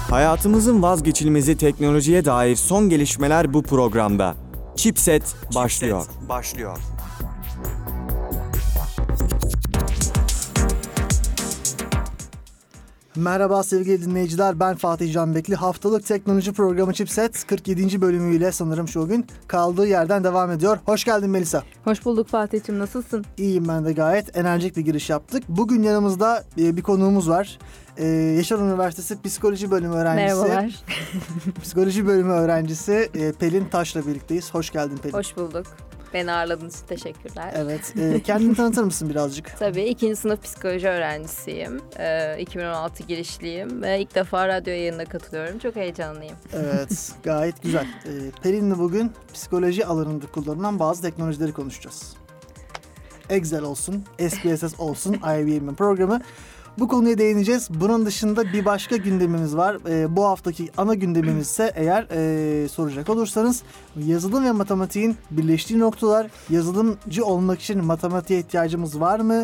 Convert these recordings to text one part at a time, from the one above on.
Hayatımızın vazgeçilmezi teknolojiye dair son gelişmeler bu programda. Chipset başlıyor. Merhaba sevgili dinleyiciler, ben Fatih Canbekli. Haftalık teknoloji programı Chipset 47. bölümüyle sanırım şu gün kaldığı yerden devam ediyor. Hoş geldin Melisa. Hoş bulduk Fatih'cim, nasılsın? İyiyim ben de, gayet enerjik bir giriş yaptık. Bugün yanımızda bir konuğumuz var. Yaşar Üniversitesi Psikoloji Bölümü öğrencisi. Merhabalar. Psikoloji Bölümü öğrencisi Pelin Taş'la birlikteyiz. Hoş geldin Pelin. Hoş bulduk. Beni ağırladığınız için teşekkürler. Evet. Kendini tanıtır mısın birazcık? Tabii, 2. sınıf psikoloji öğrencisiyim. 2016 girişliyim ve ilk defa radyo yayınına katılıyorum. Çok heyecanlıyım. Evet, gayet güzel. Pelin'le bugün psikoloji alanında kullanılan bazı teknolojileri konuşacağız. Excel olsun, SPSS olsun, IBM'in programı. Bu konuya değineceğiz. Bunun dışında bir başka gündemimiz var. Bu haftaki ana gündemimiz ise eğer soracak olursanız yazılım ve matematiğin birleştiği noktalar. Yazılımcı olmak için matematiğe ihtiyacımız var mı?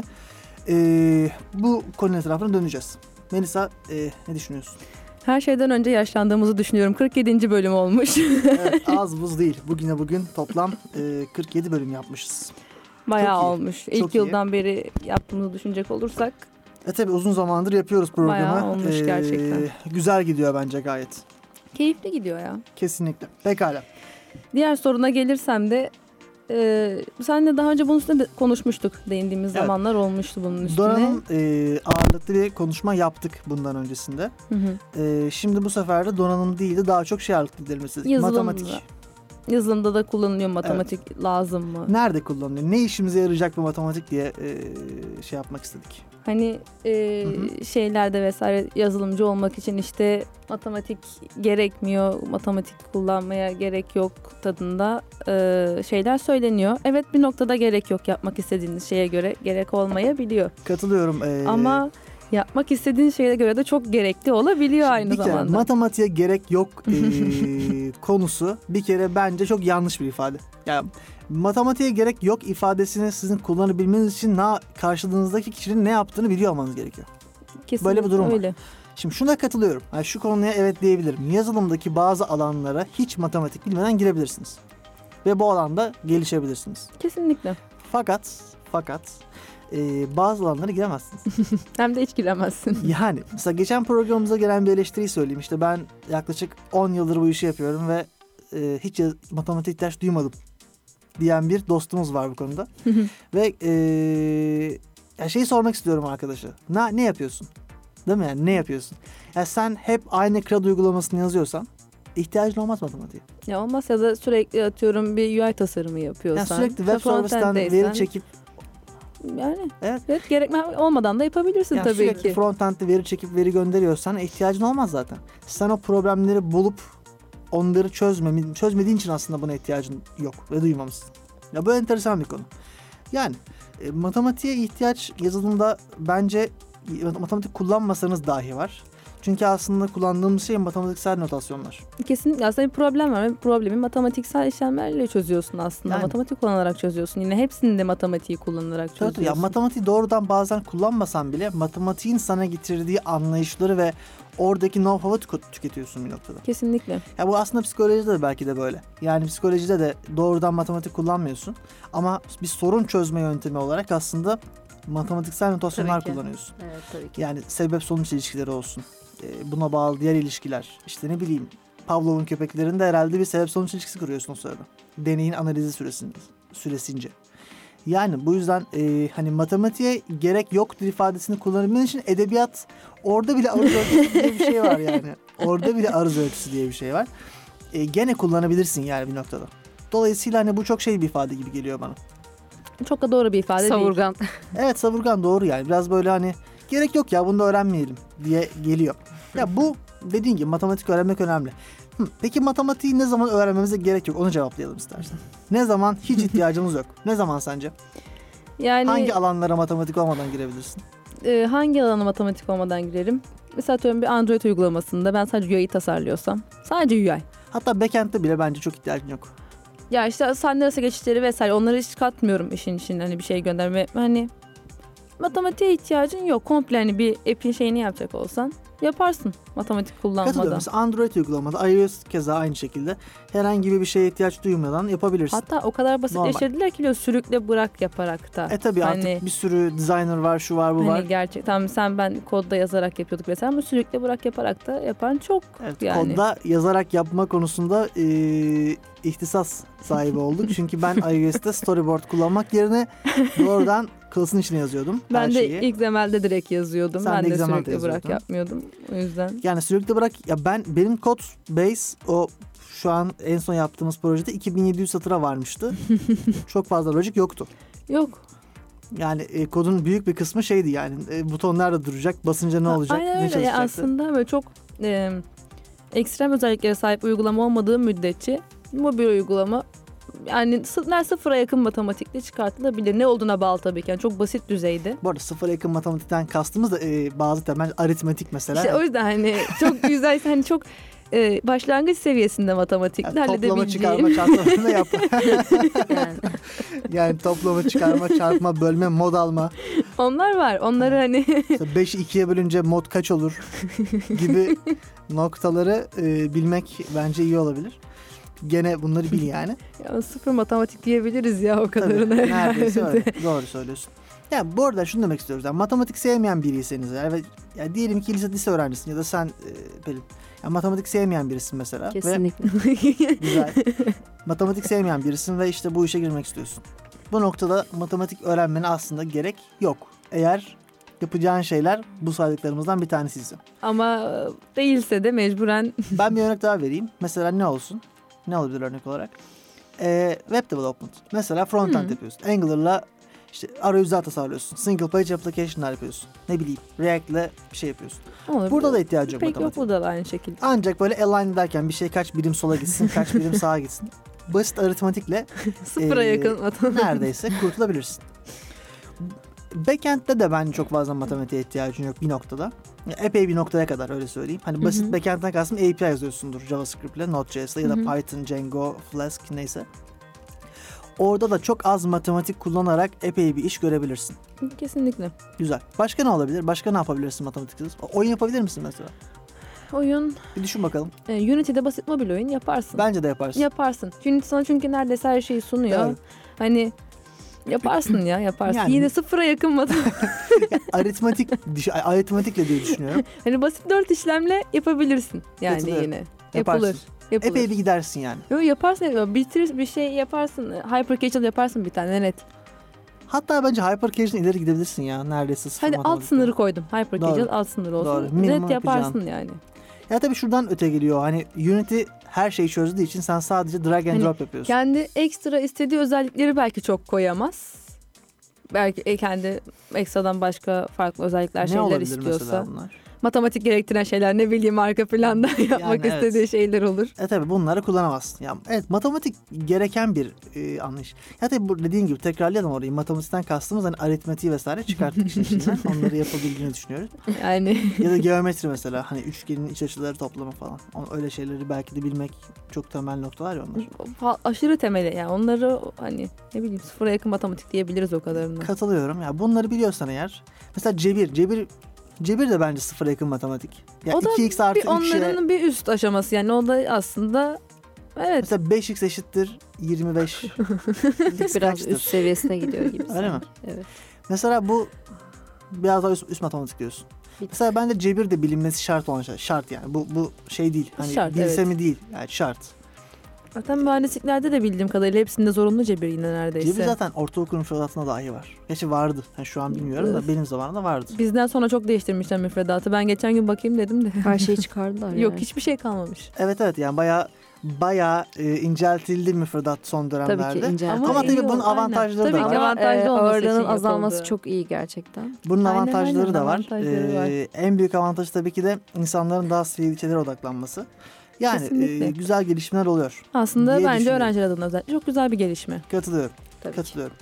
Bu konunun etrafına döneceğiz. Melisa, ne düşünüyorsun? Her şeyden önce yaşlandığımızı düşünüyorum. 47. bölüm olmuş. Evet, az buz değil. Bugün toplam 47 bölüm yapmışız. Bayağı olmuş. İlk iyi. yıldan beri yaptığımızı düşünecek olursak. Tabii uzun zamandır yapıyoruz programı. Bayağı olmuş gerçekten. Güzel gidiyor bence gayet. Keyifli gidiyor ya. Kesinlikle. Pekala. Diğer soruna gelirsem de seninle daha önce bunun üstüne konuşmuştuk. Değindiğimiz zamanlar olmuştu bunun üstüne. Donanım ağırlıklı bir konuşma yaptık bundan öncesinde. Şimdi bu sefer de donanım değil de daha çok ağırlıklı gidelim istedik. Matematik. Yazılımda da kullanılıyor matematik, lazım mı? Nerede kullanılıyor? Ne işimize yarayacak bu matematik diye şey yapmak istedik. Hani şeylerde vesaire yazılımcı olmak için işte matematik gerekmiyor, matematik kullanmaya gerek yok tadında şeyler söyleniyor. Evet, bir noktada gerek yok, yapmak istediğiniz şeye göre gerek olmayabiliyor. Katılıyorum. Ama yapmak istediğin şeye göre de çok gerekli olabiliyor aynı zamanda. Bir kere matematiğe gerek yok konusu bir kere bence çok yanlış bir ifade. Yani matematiğe gerek yok ifadesini sizin kullanabilmeniz için karşılığınızdaki kişinin ne yaptığını biliyor olmanız gerekiyor. Kesinlikle böyle bir durum öyle. var. Şimdi şuna katılıyorum. Yani şu konuya evet diyebilirim. Yazılımdaki bazı alanlara hiç matematik bilmeden girebilirsiniz. Ve bu alanda gelişebilirsiniz. Kesinlikle. Fakat bazı alanlara giremezsiniz. Hem de hiç giremezsin. Yani mesela geçen programımıza gelen bir eleştiriyi söyleyeyim. İşte ben yaklaşık 10 yıldır bu işi yapıyorum ve hiç matematik ihtiyaç duymadım diyen bir dostumuz var bu konuda. Ve şeyi sormak istiyorum arkadaşa. Ne yapıyorsun? Değil mi yani, ne yapıyorsun? Yani sen hep aynı CRUD uygulamasını yazıyorsan ihtiyacın olmaz matematiğe. Ya olmaz, ya da sürekli atıyorum bir UI tasarımı yapıyorsan. Yani sürekli web service'ten veri çekip yani evet gerekme olmadan da yapabilirsin yani tabii sürekli ki. frontend'de veri çekip veri gönderiyorsan ihtiyacın olmaz zaten. Sen o problemleri bulup onları çözmediğin için aslında buna ihtiyacın yok ve duymamışsın. Ya bu enteresan bir konu. Yani matematiğe ihtiyaç yazılımda bence matematik kullanmasanız dahi var. Çünkü aslında kullandığımız şey matematiksel notasyonlar. Kesinlikle aslında bir problem var. Bir problemi matematiksel işlemlerle çözüyorsun aslında. Yani. Matematik kullanarak çözüyorsun. Yine hepsinde matematiği kullanarak çözüyorsun. Ya matematiği doğrudan bazen kullanmasan bile matematiğin sana getirdiği anlayışları ve oradaki know-how'u tüketiyorsun bir noktada. Kesinlikle. Ya bu aslında psikolojide de belki de böyle. Yani psikolojide de doğrudan matematik kullanmıyorsun. Ama bir sorun çözme yöntemi olarak aslında matematiksel notasyonlar kullanıyorsun. Evet, tabii ki. Yani sebep sonuç ilişkileri olsun. Buna bağlı diğer ilişkiler. İşte ne bileyim, Pavlov'un köpeklerinde herhalde bir sebep sonuç ilişkisi kuruyorsun o sırada. Deneyin analizi süresince. Yani bu yüzden hani matematiğe gerek yoktur ifadesini kullanabilmen için edebiyat orada bile arız ölçüsü diye bir şey var yani. Orada bile arız ölçüsü diye bir şey var. Gene kullanabilirsin yani bir noktada. Dolayısıyla hani bu çok bir ifade gibi geliyor bana. Çok da doğru bir ifade savurgan. değil. Evet, savurgan, doğru yani. Biraz böyle hani gerek yok ya, bunu da öğrenmeyelim diye geliyor. Ya bu dediğin gibi matematik öğrenmek önemli. Peki matematiği ne zaman öğrenmemize gerek yok? Onu cevaplayalım istersen. Ne zaman hiç ihtiyacımız yok? Ne zaman sence? Yani hangi alanlara matematik olmadan girebilirsin? Hangi alana matematik olmadan girerim? Mesela atıyorum bir Android uygulamasında ben sadece UI'yi tasarlıyorsam. Sadece UI. Hatta backend'de bile bence çok ihtiyacın yok. Ya işte sahne arası geçişleri vesaire, onları hiç katmıyorum işin içine, hani bir şey gönderme. Hani matematiğe ihtiyacın yok. Komple hani bir app'in şeyini yapacak olsan yaparsın matematik Katılıyorum. kullanmadan. Mesela Android uygulamada, iOS keza aynı şekilde herhangi bir şeye ihtiyaç duymadan yapabilirsin. Hatta o kadar basitleştirdiler ki biliyor, sürükle bırak yaparak da. Tabii Hani- artık bir sürü designer var, şu var, bu Hani var. gerçekten ben kodda yazarak yapıyorduk mesela ama sürükle bırak yaparak da yapan çok Evet, yani. kodda yazarak yapma konusunda ihtisas sahibi olduk. Çünkü ben iOS'te storyboard kullanmak yerine doğrudan Class'ın içine yazıyordum her Ben de şeyi. XML'de direkt yazıyordum. Sen Ben de de XML'de sürükle bırak yazıyordun. yapmıyordum. O yüzden. Yani sürekli bırak ya benim kod base o şu an en son yaptığımız projede 2700 satıra varmıştı. Çok fazla logic yoktu. Yok. Yani kodun büyük bir kısmı şeydi yani buton nerede duracak, basınca ne olacak, Aynen ne öyle. çalışacaktı. Aslında böyle çok ekstrem özelliklere sahip uygulama olmadığı müddetçe mobil uygulama yani sıfıra yakın matematikle çıkartılabilir. Ne olduğuna bağlı tabii ki. Yani çok basit düzeyde. Bu arada sıfıra yakın matematikten kastımız da bazı temel aritmetik mesela. İşte o yüzden hani çok güzel hani çok başlangıç seviyesinde matematikle Yani toplama, halledebileceğin. çıkarma, çarpma ne yap? Yani. Yani toplama, çıkarma, çarpma, bölme, mod alma. Onlar var. Onları hani 5'i 2'ye bölünce mod kaç olur gibi noktaları bilmek bence iyi olabilir. Gene bunları bil yani. ya sıfır matematik diyebiliriz ya o kadarına. Tabii, neredeyse öyle. Doğru söylüyorsun. Ya bu arada şunu demek istiyoruz. Yani matematik sevmeyen biriyseniz eğer ya diyelim ki lise öğrencisin ya da sen Pelin. Yani matematik sevmeyen birisin mesela. Kesinlikle. Ve güzel. Matematik sevmeyen birisin ve işte bu işe girmek istiyorsun. Bu noktada matematik öğrenmene aslında gerek yok. Eğer yapacağın şeyler bu saydıklarımızdan bir tanesiyse. Ama değilse de mecburen Ben bir örnek daha vereyim. Mesela ne olsun? Ne olabilir örnek olarak? Web development. Mesela frontend yapıyorsun. Angular'la işte arayüzler tasarlıyorsun. Single page application'lar yapıyorsun. Ne bileyim React'le bir şey yapıyorsun. olur. Burada da ihtiyacı yok pek yok, matematik. burada da aynı şekilde. Ancak böyle align ederken bir şey kaç birim sola gitsin, kaç birim sağa gitsin. Basit aritmetikle Sıfıra yakın matematik. neredeyse kurtulabilirsin. Backend'de de bence çok fazla matematiğe ihtiyacın yok bir noktada. Epey bir noktaya kadar öyle söyleyeyim. Hani basit backend'den kastım API yazıyorsundur JavaScript'le, Node.js'le ya da Python, Django, Flask neyse. Orada da çok az matematik kullanarak epey bir iş görebilirsin. Kesinlikle. Güzel. Başka ne olabilir? Başka ne yapabilirsin matematiksiz? Oyun yapabilir misin mesela? Oyun Bir düşün bakalım. Unity'de basit mobil oyun yaparsın. Bence de yaparsın. Yaparsın. Unity sana çünkü neredeyse her şeyi sunuyor. Evet. Hani yaparsın ya yaparsın. Yani- Yine sıfıra yakın matematik. Aritmetikle diye düşünüyorum. Hani basit 4 işlemle yapabilirsin. Yani Katılıyorum. yine. Yaparsın. Yapılır. Yapılır. Epey bir gidersin yani. Yo, yaparsın. Bitir bir şey yaparsın. Hyper casual yaparsın bir tane net. Hatta bence hyper casual'den ileri gidebilirsin ya. Neredeyse sıfır Hadi alt matematik. sınırı koydum. Hyper Doğru. casual alt sınırı olsun. Doğru. Minimum Net yaparsın yapacağın. yani. Ya tabii şuradan öte geliyor. Hani Unity her şeyi çözdüğü için sen sadece drag and Hani drop yapıyorsun. Kendi ekstra istediği özellikleri belki çok koyamaz. Belki kendi ekstradan başka farklı özellikler ne şeyler olabilir istiyorsa. mesela bunlar? Matematik gerektiren şeyler ne bileyim arka planda yapmak evet. istediği şeyler olur. Tabii bunları kullanamazsın. Ya, evet matematik gereken bir anlayış. Ya tabii bu dediğin gibi tekrarlayalım orayı. Matematikten kastımız hani aritmetiği vesaire çıkarttık işin içinden. Onları yapabildiğini düşünüyoruz. Yani Ya da geometri mesela hani üçgenin iç açıları toplama falan. Öyle şeyleri belki de bilmek çok temel noktalar ya onlar. aşırı temeli yani onları hani ne bileyim sıfıra yakın matematik diyebiliriz o kadarını. Katılıyorum. Ya bunları biliyorsan eğer. Mesela cebir de bence sıfıra yakın matematik. Ya O da 2x artı Bir 3'e onların bir üst aşaması yani o da aslında evet. mesela 5x eşittir 25. X Biraz kaçtır? üst seviyesine gidiyor gibi. Öyle mi? sanki. Evet. Mesela bu biraz daha üst matematik diyorsun. Bir- Mesela bence cebir de bilinmesi şart olan şey. Şart yani. Bu şey değil. Hani Şart, bilse evet. mi değil. Yani şart. Zaten mühendisliklerde de bildiğim kadarıyla hepsinde zorunlu cebir yine neredeyse. Cebir zaten ortaokul müfredatında dahi var. Gerçi vardı. Yani şu an bilmiyorum da benim zamanımda vardı. Bizden sonra çok değiştirmişler müfredatı. Ben geçen gün bakayım dedim de. Her şeyi çıkardılar Yok yani. hiçbir şey kalmamış. Evet yani bayağı inceltildi müfredat son dönemlerde. Tabii ki ince. Ama tabii iyi bunun o, avantajları aynen. da Tabii var. ki avantajlı olması için ağırlığının azalması yapıldı. çok iyi gerçekten. Bunun Aynen, avantajları da var. avantajları var. En büyük avantajı tabii ki de insanların daha sivil şeylere odaklanması. Yani Kesinlikle. güzel gelişmeler oluyor. Aslında diye bence düşünüyorum. öğrenciler adına özellikle çok güzel bir gelişme. Katılıyorum. Tabii ki. Katılıyorum.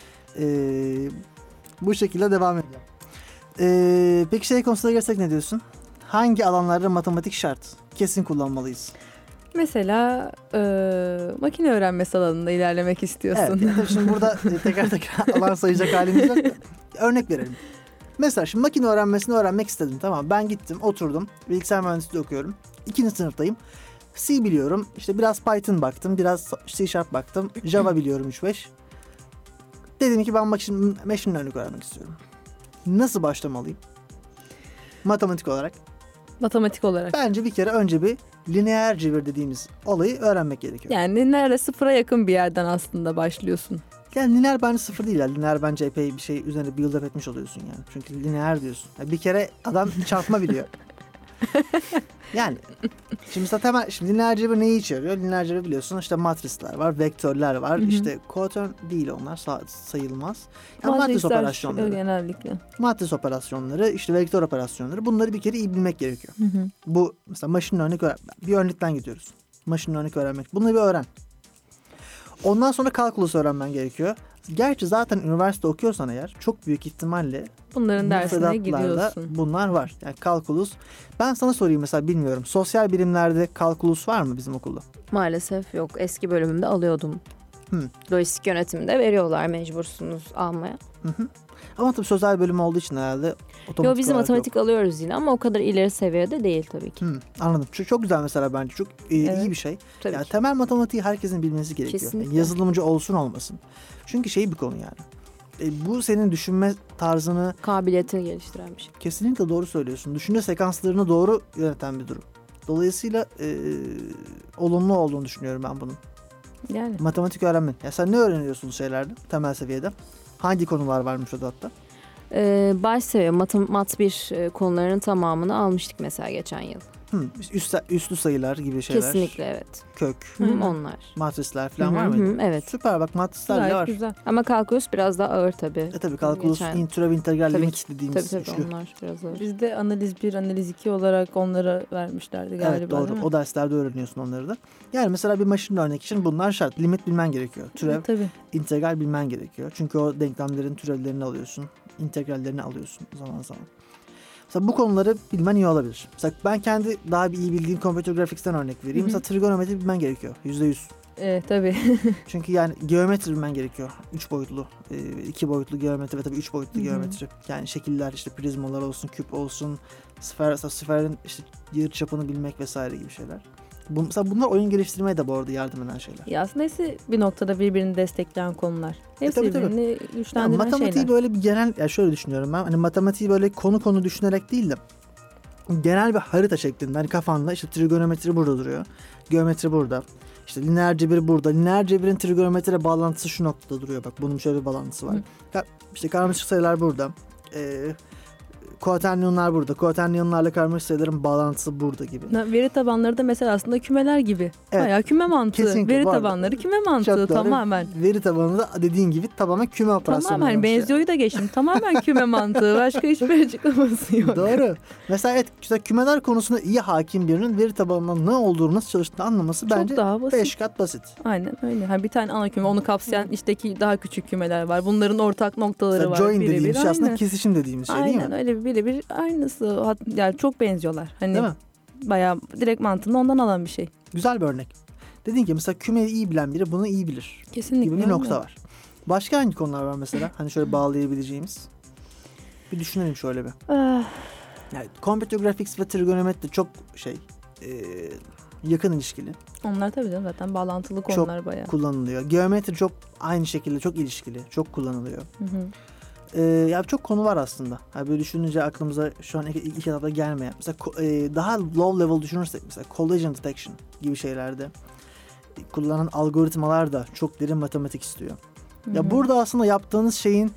Bu şekilde devam edeceğim. Peki şey konusuna gelsek ne diyorsun? Hangi alanlarda matematik şart? Kesin kullanmalıyız. Mesela makine öğrenmesi alanında ilerlemek Evet. istiyorsun. Yani tabii şimdi burada tekrar alan sayacak halimiz yok. Örnek verelim. Mesela şimdi makine öğrenmesini öğrenmek istedim. Tamam, ben gittim oturdum. Bilgisayar mühendisliği okuyorum. 2. sınıftayım. C biliyorum. İşte biraz Python baktım. Biraz C# baktım. Java biliyorum 3-5. Dedim ki ben machine learning öğrenmek istiyorum. Nasıl başlamalıyım? Matematik olarak. Matematik olarak. Bence bir kere önce bir lineer cebir dediğimiz olayı öğrenmek gerekiyor. Yani nerede sıfıra yakın bir yerden aslında başlıyorsun. Yani lineer bence sıfır değil. Yani lineer bence epey bir şey üzerine build up etmiş oluyorsun yani. Çünkü lineer diyorsun. Yani bir kere adam çarpma biliyor. Yani şimdi zaten şimdi lineer cebir neyi içeriyor? Lineer cebir biliyorsun işte matrisler var, vektörler var. İşte koatörn değil, onlar sayılmaz. Yani matris Matrisler operasyonları. genellikle. Matris operasyonları, işte vektör operasyonları, bunları bir kere iyi bilmek gerekiyor. Bu mesela machine learning bir örnekten gidiyoruz. Machine learning öğrenmek. Bunları bir öğren. Ondan sonra kalkulus öğrenmen gerekiyor. Gerçi zaten üniversite okuyorsan eğer çok büyük ihtimalle Bunların dersine müfredatlarda gidiyorsun. bunlar var. Yani kalkulus. Ben sana sorayım mesela, bilmiyorum. Sosyal bilimlerde kalkulus var mı bizim okulda? Maalesef yok. Eski bölümümde alıyordum. Lojistik yönetiminde veriyorlar, mecbursunuz almaya. Ama tabii sözel bölüm olduğu için herhalde otomatik Yo, biz olarak matematik yok. alıyoruz yine ama o kadar ileri seviyede değil tabii ki. Anladım. Çok güzel mesela bence. Çok iyi Evet. bir şey. Tabii Yani ki. temel matematiği herkesin bilmesi gerekiyor. Kesinlikle. Yani yazılımcı olsun olmasın. Çünkü şey bir konu yani. Bu senin düşünme tarzını Kabiliyetini geliştiren bir şey. kesinlikle doğru söylüyorsun. Düşünce sekanslarını doğru yöneten bir durum. Dolayısıyla olumlu olduğunu düşünüyorum ben bunun. Yani Matematik öğrenmen. Ya sen ne öğreniyorsun şeylerde temel seviyede? Hangi konular varmış o da hatta? Baş seviye mat 1 konularının tamamını almıştık mesela geçen yıl. Üstlü sayılar gibi şeyler. Kesinlikle evet. Kök, Onlar. matrisler falan var mıydı? Evet. Süper, bak matrisler bile gayet var. güzel. Ama kalkulus biraz daha ağır tabii. Tabii kalkulus, Geçen- türev, integral, Tabii limit ki. dediğimiz Tabii üçlü. onlar biraz ağır. Bizde analiz 1, analiz 2 olarak onlara vermişlerdi galiba. Evet doğru. değil mi? O derslerde öğreniyorsun onları da. Yani mesela bir machine learning için bunlar şart. Limit bilmen gerekiyor. Türev, Tabii. integral bilmen gerekiyor. Çünkü o denklemlerin türevlerini alıyorsun. İntegrallerini alıyorsun zaman zaman. Mesela bu konuları bilmen iyi olabilir. Mesela ben kendi daha bir iyi bildiğim computer graphics'ten örnek vereyim. Mesela trigonometri bilmen gerekiyor. %100. Tabii. Çünkü yani geometri bilmen gerekiyor. 3 boyutlu, 2 boyutlu geometri ve tabii 3 boyutlu geometri. Yani şekiller, işte prizmalar olsun, küp olsun, sferin işte yarıçapını bilmek vesaire gibi şeyler. Mesela bunlar oyun geliştirmeye de bu arada yardım eden şeyler. Ya aslında hepsi bir noktada birbirini destekleyen konular. Hepsi tabii, tabii. birbirini Yani güçlendiren matematiği şeyler. böyle bir genel, ya şöyle düşünüyorum ben. Hani matematiği böyle konu düşünerek değil de genel bir harita şeklinde. Hani kafanda işte trigonometri burada duruyor. Geometri burada. İşte lineer cebir burada. Lineer cebirin trigonometriyle bağlantısı şu noktada duruyor. Bak bunun şöyle bir bağlantısı var. İşte karmaşık sayılar burada. Koaterniyonlar burada. Koaterniyonlarla karmaşık sayıların bağlantısı burada gibi. Veri tabanları da mesela aslında kümeler gibi. Evet. Bayağı küme mantığı. Kesinlikle, Veri bu arada. tabanları küme Çok mantığı doğru. tamamen. Veri tabanı da dediğin gibi tamamen küme operasyonu. Tamamen benziyoyu da geçtim. Tamamen küme mantığı. Başka hiçbir açıklaması yok. Doğru. Mesela işte kümeler konusunda iyi hakim birinin veri tabanının ne olduğunu, nasıl çalıştığını anlaması Çok bence daha basit. 5 kat basit. Aynen öyle. Ha, bir tane ana küme, onu kapsayan işteki daha küçük kümeler var. Bunların ortak noktaları Mesela var. join Birebir. dediğimiz şey aslında Aynen. kesişim dediğimiz şey değil Aynen mi? öyle, birebir aynısı. Yani çok benziyorlar. Hani Değil mi? bayağı direkt mantığını ondan alan bir şey. Güzel bir örnek. Dediğin gibi mesela kümeyi iyi bilen biri bunu iyi bilir Kesinlikle. gibi bir öyle. nokta var. Başka hangi konular var mesela? Hani şöyle bağlayabileceğimiz. Bir düşünelim şöyle bir. Ah, Yani computer graphics ve trigonometri çok yakın ilişkili. onlar tabii canım zaten bağlantılı konular bayağı. Kullanılıyor. Geometri çok aynı şekilde çok ilişkili. Çok kullanılıyor. Hı hı. Ya çok konu var aslında. Yani böyle düşününce aklımıza şu an ilk etapta gelmeyen. Mesela daha low level düşünürsek mesela collision detection gibi şeylerde kullanılan algoritmalar da çok derin matematik istiyor. Ya burada aslında yaptığınız şeyin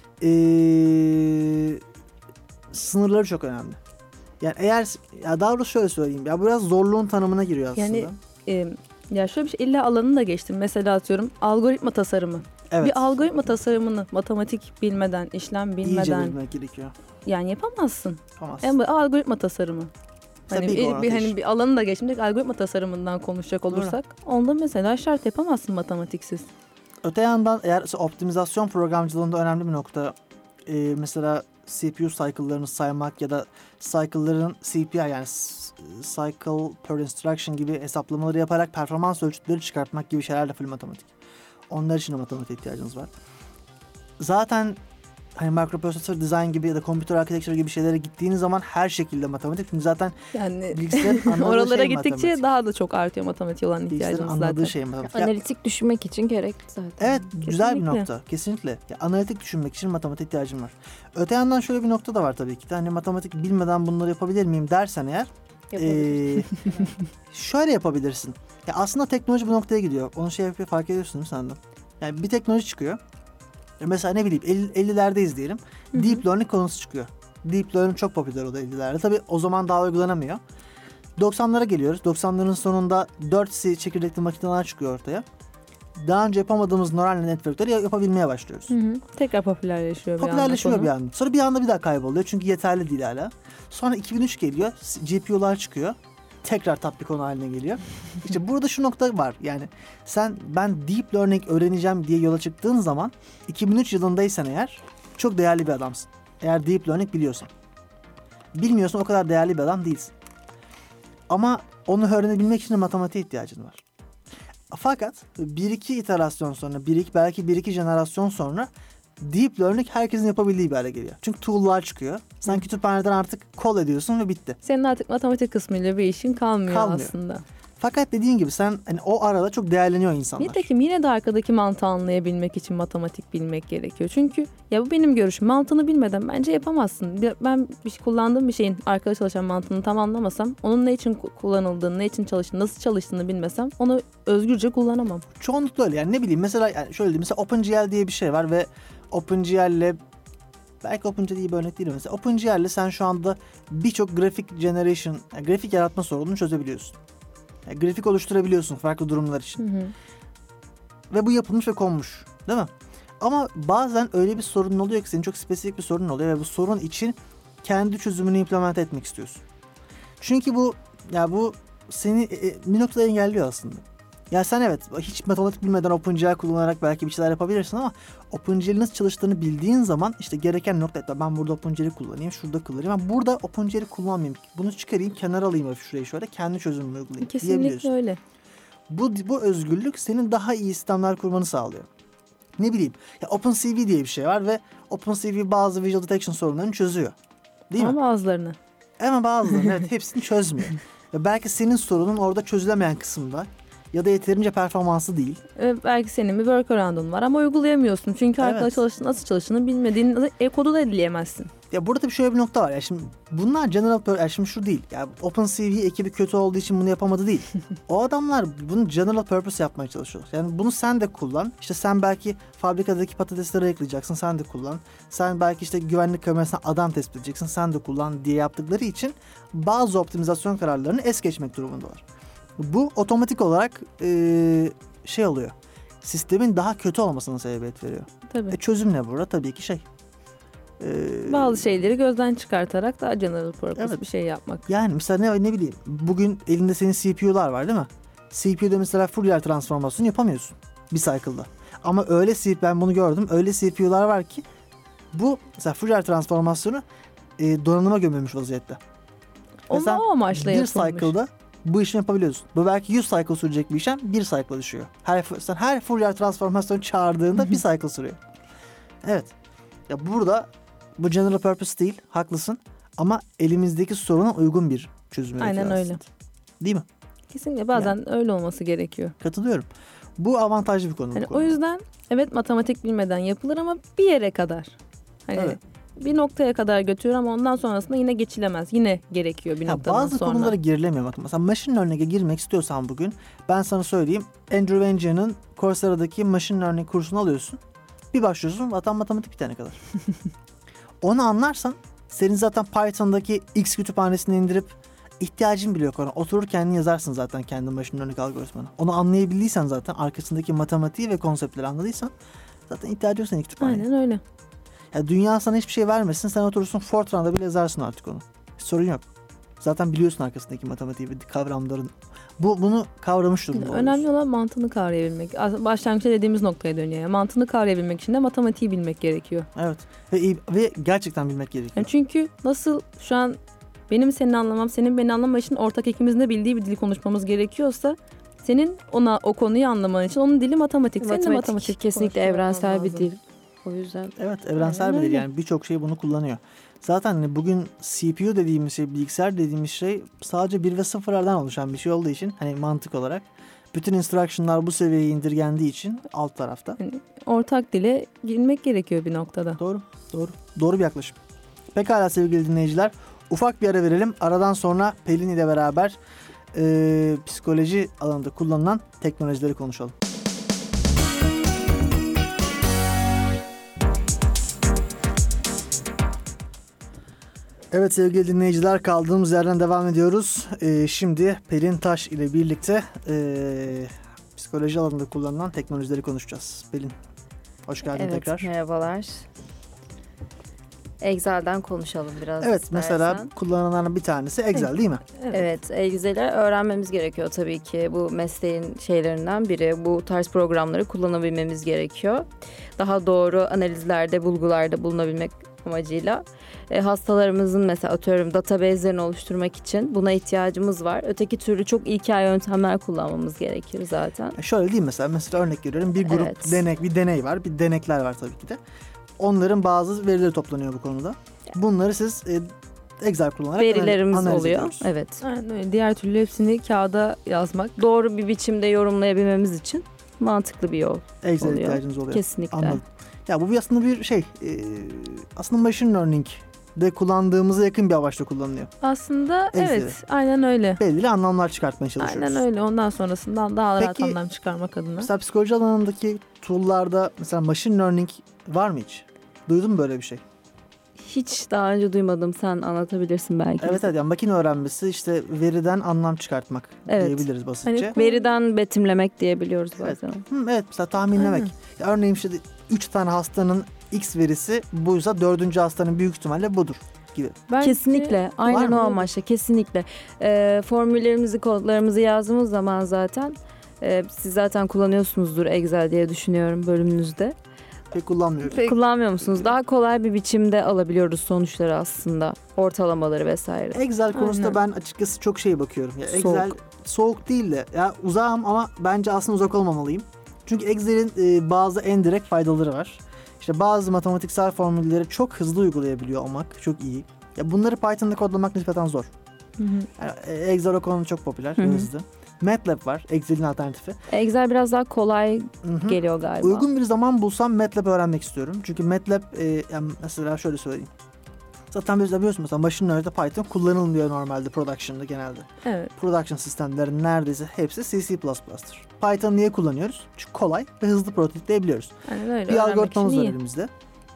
sınırları çok önemli. Yani eğer, ya daha doğrusu şöyle söyleyeyim. Ya biraz zorluğun tanımına giriyor aslında. Yani ya şöyle bir şey, illa alanını da geçtim. Mesela atıyorum algoritma tasarımı. evet. Bir algoritma tasarımını matematik bilmeden, işlem İyice bilmeden bilmek gerekiyor. yani yapamazsın. Yapamazsın. En algoritma tasarımı. Mesela Hani big bir, one bir alanı da geçtim. Algoritma tasarımından konuşacak olursak, onda mesela şart yapamazsın matematiksiz. Öte yandan eğer optimizasyon programcılığında önemli bir nokta, mesela CPU cycle'larını saymak ya da cycle'ların CPI yani cycle per instruction gibi hesaplamaları yaparak performans ölçütleri çıkartmak gibi şeylerle full matematik. Onlar için de matematiğe ihtiyacınız var. Zaten hani microprocessor design gibi ya da computer architecture gibi şeylere gittiğiniz zaman her şekilde matematik. Çünkü zaten Yani bilgisayarın anladığı oralara şey gittikçe matematik. daha da çok artıyor matematiğe olan Bilgisayarın ihtiyacımız anladığı zaten. şey matematik. Ya, Analitik düşünmek için gerekli zaten. evet, güzel bir Kesinlikle. nokta. Kesinlikle. Ya, analitik düşünmek için matematik ihtiyacım var. Öte yandan şöyle bir nokta da var tabii ki. Hani matematik bilmeden bunları yapabilir miyim dersen eğer Yapabiliriz. şöyle yapabilirsin. Ya aslında teknoloji bu noktaya gidiyor. Onu şey yapıyor, fark ediyorsun değil mi sen de? Yani bir teknoloji çıkıyor. Mesela ne bileyim 50'lerdeyiz diyelim. Deep learning konusu çıkıyor. Deep learning çok popüler oldu 50'lerde. Tabii o zaman daha uygulanamıyor. 90'lara geliyoruz. 90'ların sonunda 4C çekirdekli makineler çıkıyor ortaya. Daha önce yapamadığımız neural networkleri yapabilmeye başlıyoruz. Tekrar popülerleşiyor Popülerleşiyor bir bir anda. anda. Sonra bir anda bir daha kayboluyor çünkü yeterli değil hala. Sonra 2003 geliyor. GPU'lar çıkıyor. Tekrar tatbik konu haline geliyor. İşte burada şu nokta var. Yani ben deep learning öğreneceğim diye yola çıktığın zaman 2003 yılındaysan eğer çok değerli bir adamsın. Eğer deep learning biliyorsan. Bilmiyorsan o kadar değerli bir adam değilsin. Ama onu öğrenebilmek için de matematiğe ihtiyacın var. Fakat 1-2 iterasyon sonra, belki 1-2 jenerasyon sonra deep learning herkesin yapabildiği bir hale geliyor. Çünkü tool'lar çıkıyor. Sen kütüphaneden artık call ediyorsun ve bitti. Senin artık matematik kısmıyla bir işin kalmıyor. Aslında. Fakat dediğin gibi sen hani o arada çok değerleniyor insanlar. Nitekim yine de arkadaki mantığı anlayabilmek için matematik bilmek gerekiyor. Çünkü ya bu benim görüşüm. Mantığını bilmeden bence yapamazsın. Ben kullandığım bir şeyin arkada çalışan mantığını tam anlamasam, onun ne için kullanıldığını, ne için çalıştığını, nasıl çalıştığını bilmesem onu özgürce kullanamam. Çoğunlukla öyle. Yani ne bileyim mesela yani şöyle diyeyim. Mesela OpenGL diye bir şey var ve OpenGL'le belki OpenGL iyi bir örnek değil. Mesela OpenGL'le sen şu anda birçok grafik generation, yani grafik yaratma sorununu çözebiliyorsun. Yani grafik oluşturabiliyorsun farklı durumlar için. Ve bu yapılmış ve konmuş. Değil mi? Ama bazen öyle bir sorun oluyor ki senin çok spesifik bir sorun oluyor ve bu sorun için kendi çözümünü implement etmek istiyorsun. Çünkü bu seni bir noktada engelliyor aslında. Ya sen evet hiç matematik bilmeden OpenGL kullanarak belki bir şeyler yapabilirsin ama OpenGL'in nasıl çalıştığını bildiğin zaman işte gereken nokta ben burada OpenGL'i kullanayım, şurada kullanayım. Ben burada OpenGL'i kullanmayayım. Bunu çıkarayım, kenara alayım şurayı şöyle kendi çözümümü uygulayayım Kesinlikle öyle. Bu özgürlük senin daha iyi sistemler kurmanı sağlıyor. Ne bileyim ya OpenCV diye bir şey var ve OpenCV bazı visual detection sorunlarını çözüyor. Değil mi? Ama bazılarını. Ama bazılarını evet hepsini çözmüyor. Ve belki senin sorunun orada çözülemeyen kısımda ya da yeterince performanslı değil. Belki senin bir workaround'un var ama uygulayamıyorsun. Çünkü Evet. arkada nasıl çalıştığını bilmediğin kodu da dileyemezsin. Ya burada tabii şöyle bir nokta var. Ya şimdi bunlar şimdi şu değil. Ya OpenCV ekibi kötü olduğu için bunu yapamadı değil. O adamlar bunu general purpose yapmaya çalışıyorlar. Yani bunu sen de kullan. İşte sen belki fabrikadaki patatesleri ayıklayacaksın, sen de kullan. Sen belki işte güvenlik kamerasına adam tespit edeceksin, sen de kullan diye yaptıkları için bazı optimizasyon kararlarını es geçmek durumundalar. Bu otomatik olarak şey oluyor. Sistemin daha kötü olmasına sebebiyet veriyor. Tabii. Çözüm ne burada? Tabii ki Bazı şeyleri gözden çıkartarak daha general purpose Evet. bir şey yapmak. yani mesela ne bileyim bugün elinde senin CPU'lar var değil mi? CPU'da mesela Fourier transformasyonu yapamıyorsun bir cycle'da. Ama ben bunu gördüm. Öyle CPU'lar var ki bu mesela Fourier transformasyonu donanıma gömülmüş vaziyette. Mesela O amaçla bir yapılmış. cycle'da bu işi yapabiliyorsun. Bu belki 100 cycle sürecek bir işlem bir cycle'a düşüyor. Sen her Fourier transformasyonu çağırdığında bir cycle sürüyor. Evet. Ya burada bu general purpose değil, haklısın. Ama elimizdeki soruna uygun bir çözüm üretiyor Aynen öyle. aslında. Değil mi? Kesinlikle bazen öyle olması gerekiyor. Katılıyorum. Bu avantajlı bir konu. Hani bu konu. o yüzden evet matematik bilmeden yapılır ama bir yere kadar. Hani Evet. bir noktaya kadar götürür ama ondan sonrasında yine geçilemez. Yine gerekiyor bir noktadan bazı sonra. konulara girilemiyor matematik. Mesela machine learning'e girmek istiyorsan bugün ben sana söyleyeyim. Andrew Wengia'nın Coursera'daki machine learning kursunu alıyorsun. Bir başlıyorsun matematik bitene kadar. Onu anlarsan senin zaten Python'daki X kütüphanesini indirip ihtiyacın bile yok ona. Oturur kendin yazarsın zaten kendi machine learning algoritmanı. Onu anlayabildiysen zaten arkasındaki matematiği ve konseptleri anladıysan zaten ihtiyacın yok senin kütüphaneye. Aynen öyle. Ya dünya sana hiçbir şey vermesin. Sen oturursun Fortran'da bile yazarsın artık onu. Hiç sorun yok. Zaten biliyorsun arkasındaki matematiği ve kavramların. Bunu kavramış durumda Önemli oluyorsun. olan mantığını kavrayabilmek. Başlangıçta dediğimiz noktaya dönüyor. Yani mantığını kavrayabilmek için de matematiği bilmek gerekiyor. Evet. Ve gerçekten bilmek gerekiyor. Yani çünkü nasıl şu an benim seni anlamam, senin beni anlaman için ortak ikimizin de bildiği bir dil konuşmamız gerekiyorsa senin o konuyu anlaman için onun dili matematik. Senin de matematik kesinlikle konuşuyor evrensel olman bir lazım. dil. O yüzden. Evet, evrensel Aynen bir dil öyle. yani birçok şey bunu kullanıyor. Zaten hani bugün CPU dediğimiz şey, bilgisayar dediğimiz şey sadece 1 ve 0'lardan oluşan bir şey olduğu için hani mantık olarak bütün instruction'lar bu seviyeye indirgendiği için alt tarafta. Ortak dile girmek gerekiyor bir noktada. Doğru bir yaklaşım. Pekala sevgili dinleyiciler, ufak bir ara verelim. Aradan sonra Pelin ile beraber psikoloji alanında kullanılan teknolojileri konuşalım. Evet sevgili dinleyiciler, kaldığımız yerden devam ediyoruz. Şimdi Pelin Taş ile birlikte psikoloji alanında kullanılan teknolojileri konuşacağız. Pelin, hoş geldin Evet, tekrar. merhabalar. Excel'den konuşalım biraz. Evet, istersen. mesela kullanılanların bir tanesi Excel değil mi? Evet, Excel'i öğrenmemiz gerekiyor tabii ki. Bu mesleğin şeylerinden biri. Bu tarz programları kullanabilmemiz gerekiyor. Daha doğru analizlerde, bulgularda bulunabilmek amacıyla. Hastalarımızın mesela atıyorum database'lerini oluşturmak için buna ihtiyacımız var. Öteki türlü çok ilkel yöntemler kullanmamız gerekir zaten. Şöyle değil mesela örnek veriyorum, bir grup Evet. bir deney var, bir denekler var tabii ki de. Onların bazı verileri toplanıyor bu konuda. Bunları siz Excel kullanarak Verilerimiz analiz oluyor. ediyoruz. Evet. Aynen öyle. Diğer türlü hepsini kağıda yazmak. Doğru bir biçimde yorumlayabilmemiz için mantıklı bir yol Excel oluyor. ihtiyacınız oluyor. Kesinlikle. Anladım. Ya bu aslında bir şey, aslında machine learning de kullandığımıza yakın bir amaçla kullanılıyor. Aslında Excel'i. evet, aynen öyle. Belli anlamlar çıkartmaya çalışıyoruz. Aynen öyle. Ondan sonrasından daha rahat Peki, anlam çıkarmak adına. Mesela psikoloji alanındaki tool'larda mesela machine learning var mı hiç? Duydun mu böyle bir şey? Hiç daha önce duymadım. Sen anlatabilirsin belki. Evet yani makine öğrenmesi işte veriden anlam çıkartmak Evet. diyebiliriz basitçe. Hani Veriden betimlemek diyebiliyoruz Evet. bazen. Evet mesela tahminlemek. Aynen. Ya örneğin işte 3 tane hastanın X verisi buysa 4. hastanın büyük ihtimalle budur gibi. Belki- Kesinlikle. Aynen mı? o amaçla. Kesinlikle. Formüllerimizi, kodlarımızı yazdığımız zaman zaten siz zaten kullanıyorsunuzdur Excel diye düşünüyorum bölümünüzde. Pek kullanmıyoruz. Peki. Kullanmıyor musunuz? Daha kolay bir biçimde alabiliyoruz sonuçları aslında. Ortalamaları vesaire. Excel konusunda Aynen. ben açıkçası çok şey bakıyorum. Ya Soğuk. Excel soğuk değil de ya uzağım ama bence aslında uzak olmamalıyım. Çünkü Excel'in bazı en direkt faydaları var. İşte bazı matematiksel formülleri çok hızlı uygulayabiliyor olmak çok iyi. Ya bunları Python'da kodlamak nispeten zor. Hı hı. Yani Excel o konuda çok popüler, Hı hı. hızlı. MATLAB var, Excel'in alternatifi. Excel biraz daha kolay Hı hı. geliyor galiba. Uygun bir zaman bulsam MATLAB öğrenmek istiyorum. Çünkü MATLAB yani mesela şöyle söyleyeyim. Zaten biz de biliyorsun mesela machine learning'de Python kullanılmıyor normalde production'da genelde. Evet. Production sistemlerin neredeyse hepsi C++'tır. Python niye kullanıyoruz? Çünkü kolay ve hızlı prototipleyebiliyoruz. Aynen öyle. Bir Öğrenmek algoritmamız için var iyi. elimizde.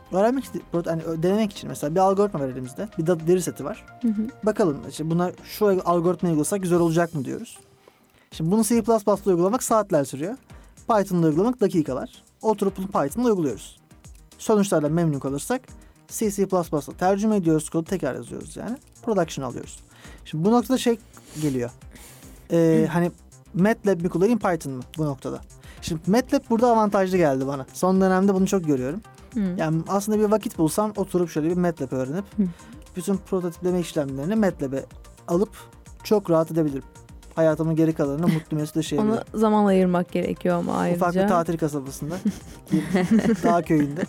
Denemek için mesela bir algoritma var elimizde. Bir deri seti var. Hı hı. Bakalım işte buna şu algoritmayı uygulasak güzel olacak mı diyoruz. Şimdi bunu C++'da uygulamak saatler sürüyor. Python'da uygulamak dakikalar. Oturup bunu Python'da uyguluyoruz. Sonuçlardan memnun kalırsak C++'da tercüme ediyoruz, kodu tekrar yazıyoruz yani. Production alıyoruz. Şimdi bu noktada şey geliyor. Hani MATLAB mi kullanayım Python mı bu noktada? Şimdi MATLAB burada avantajlı geldi bana. Son dönemde bunu çok görüyorum. Hı. Yani aslında bir vakit bulsam oturup şöyle bir MATLAB öğrenip bütün prototipleme işlemlerini MATLAB'e alıp çok rahat edebilirim. Hayatımın geri kalanını mutlu mesut yaşayabilirim. Ona zaman ayırmak gerekiyor ama ayrıca. Ufak bir tatil kasabasında. Bir dağ köyünde.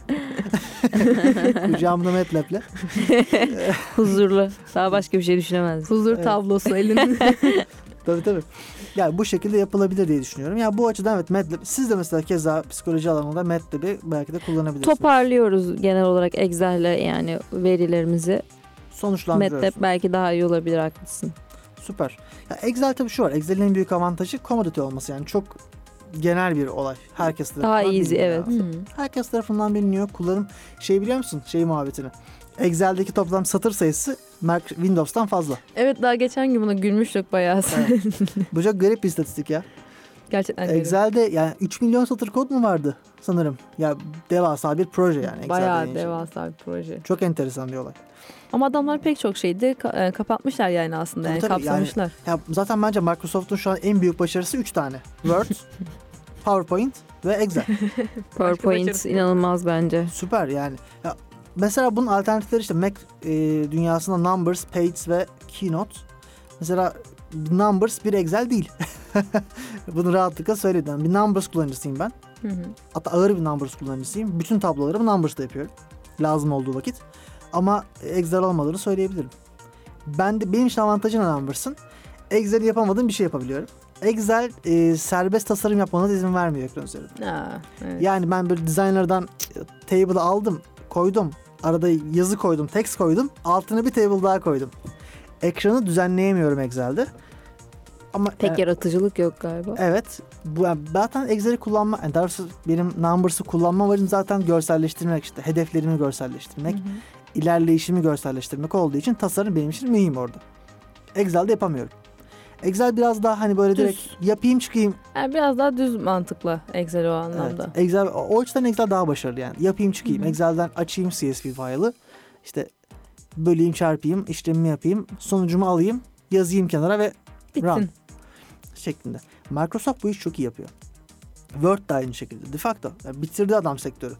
Kucağımda MATLAB'le. Huzurlu. Daha başka bir şey düşünemezdim. Huzur Evet. tablosu elinde. Tabii. Yani bu şekilde yapılabilir diye düşünüyorum. Yani bu açıdan evet MATLAB. Siz de mesela keza psikoloji alanında MATLAB'i belki de kullanabilirsiniz. Toparlıyoruz genel olarak Excel'le yani verilerimizi. Sonuçlandırıyoruz. MATLAB belki daha iyi olabilir, haklısın. Süper. Ya Excel tabii şu var. Excel'in en büyük avantajı commodity olması. Yani çok genel bir olay. Herkes tarafından Daha easy, biliniyor. evet. Hı. Herkes tarafından biliniyor. Kullanım biliyor musun? Muhabbetini. Excel'deki toplam satır sayısı Windows'tan fazla. Evet, daha geçen gün buna gülmüştük bayağı. Evet. Bu çok garip bir istatistik ya. Gerçekten garip. Excel'de yani 3 milyon satır kod mu vardı sanırım? Ya devasa bir proje yani. Excel Bayağı dediğin şey. devasa bir proje. Çok enteresan bir olay. Ama adamlar pek çok şeydi kapatmışlar yani aslında. Tabii, Yani tabii. kapsamışlar. Ya zaten bence Microsoft'un şu an en büyük başarısı 3 tane. Word, PowerPoint ve Excel. PowerPoint başarısı. inanılmaz bence. Süper yani. Ya mesela bunun alternatifleri işte Mac dünyasında Numbers, Pages ve Keynote. Mesela Numbers bir Excel değil. Bunu rahatlıkla söyledim. Bir Numbers kullanıcısıyım ben. Hı hı. Hatta ağır bir Numbers kullanıcısıyım. Bütün tablolarımı Numbers'ta yapıyorum. Lazım olduğu vakit. Ama Excel olmadığını söyleyebilirim. Benim için avantajı ne Numbers'ın? Excel'i yapamadığım bir şey yapabiliyorum. Excel serbest tasarım yapmana da izin vermiyor ekran üzerinde. Evet. Yani ben böyle designer'dan table'ı aldım, koydum. Arada yazı koydum, text koydum. Altına bir table daha koydum. Ekranı düzenleyemiyorum Excel'de. Ama Pek yaratıcılık yok galiba. evet. Zaten Excel'i kullanma, yani daha doğrusu benim Numbers'ı kullanma amacım zaten görselleştirmek, işte hedeflerimi görselleştirmek, ilerleyişimi görselleştirmek olduğu için tasarım benim için mühim orada. Excel'de yapamıyorum. Excel biraz daha hani böyle direkt yapayım çıkayım. Yani biraz daha düz mantıklı Excel o anlamda. Evet, Excel, o açıdan Excel daha başarılı yani. Yapayım çıkayım. Excel'den açayım CSV file'ı. İşte böleyim çarpayım, işlemimi yapayım, sonucumu alayım, yazayım kenara ve Bitsin. run şeklinde. Microsoft bu işi çok iyi yapıyor. Word da aynı şekilde. De facto. Yani bitirdi adam sektörü.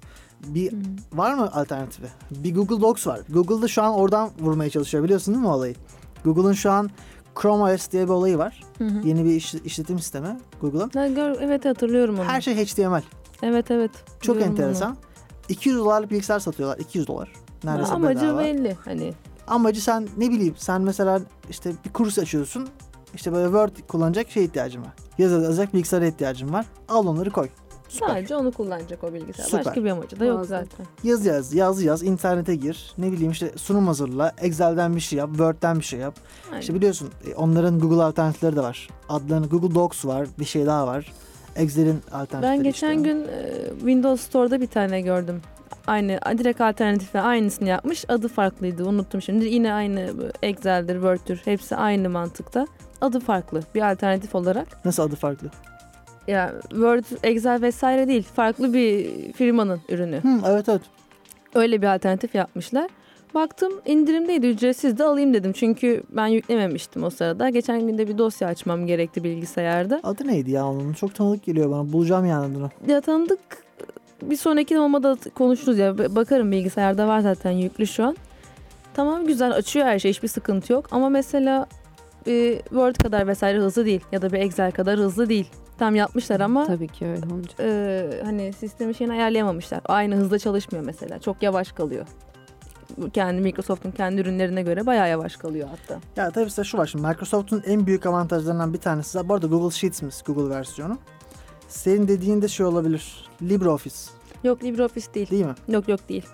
Var mı alternatifi? Bir Google Docs var. Google'da şu an oradan vurmaya çalışıyor, biliyorsun değil mi olayı? Google'ın şu an Chrome OS diye bir olayı var. Yeni bir işletim sistemi Google'ın. Evet, hatırlıyorum onu. Her şey HTML. Evet. Çok Biliyorum enteresan. onu. $200 bilgisayar satıyorlar. $200. Neredeyse Amacı bedava. belli hani. Amacı sen ne bileyim, sen mesela işte bir kurs açıyorsun. İşte böyle Word kullanacak şey ihtiyacın var. Yazacak bilgisayara ihtiyacın var. Al onları koy. Süper. Sadece onu kullanacak o bilgisayar. Süper. Başka bir amacı da yok Bazen. zaten. Yaz, internete gir. Ne bileyim işte sunum hazırla. Excel'den bir şey yap. Word'den bir şey yap. Aynen. İşte biliyorsun onların Google alternatifleri de var. Adlarını Google Docs var. Bir şey daha var. Excel'in alternatifleri Ben geçen işte. gün Windows Store'da bir tane gördüm. Aynı direkt alternatife aynısını yapmış. Adı farklıydı. Unuttum şimdi. Yine aynı Excel'dir, Word'dür. Hepsi aynı mantıkta. Adı farklı bir alternatif olarak. Nasıl adı farklı? Ya Word, Excel vesaire değil. Farklı bir firmanın ürünü. Evet. Öyle bir alternatif yapmışlar. Baktım indirimdeydi, ücretsiz de alayım dedim. Çünkü ben yüklememiştim o sırada. Geçen gün de bir dosya açmam gerekti bilgisayarda. Adı neydi ya onun? Çok tanıdık geliyor bana. Bulacağım yani adını. Ya tanıdık, bir sonraki olmada konuşuruz ya. Bakarım, bilgisayarda var zaten yüklü şu an. Tamam, güzel açıyor her şey, hiçbir sıkıntı yok. Ama mesela Word kadar vesaire hızlı değil. Ya da bir Excel kadar hızlı değil. Tam yapmışlar ama Tabii ki öyle olacak. hani sistemi şeyini ayarlayamamışlar. Aynı hızda çalışmıyor mesela. Çok yavaş kalıyor. Microsoft'un kendi ürünlerine göre bayağı yavaş kalıyor hatta. Ya tabii size şu var, şimdi Microsoft'un en büyük avantajlarından bir tanesi, bu arada Google Sheets'imiz, Google versiyonu. Senin dediğin de şey olabilir, LibreOffice Yok, LibreOffice değil. değil mi? Yok değil.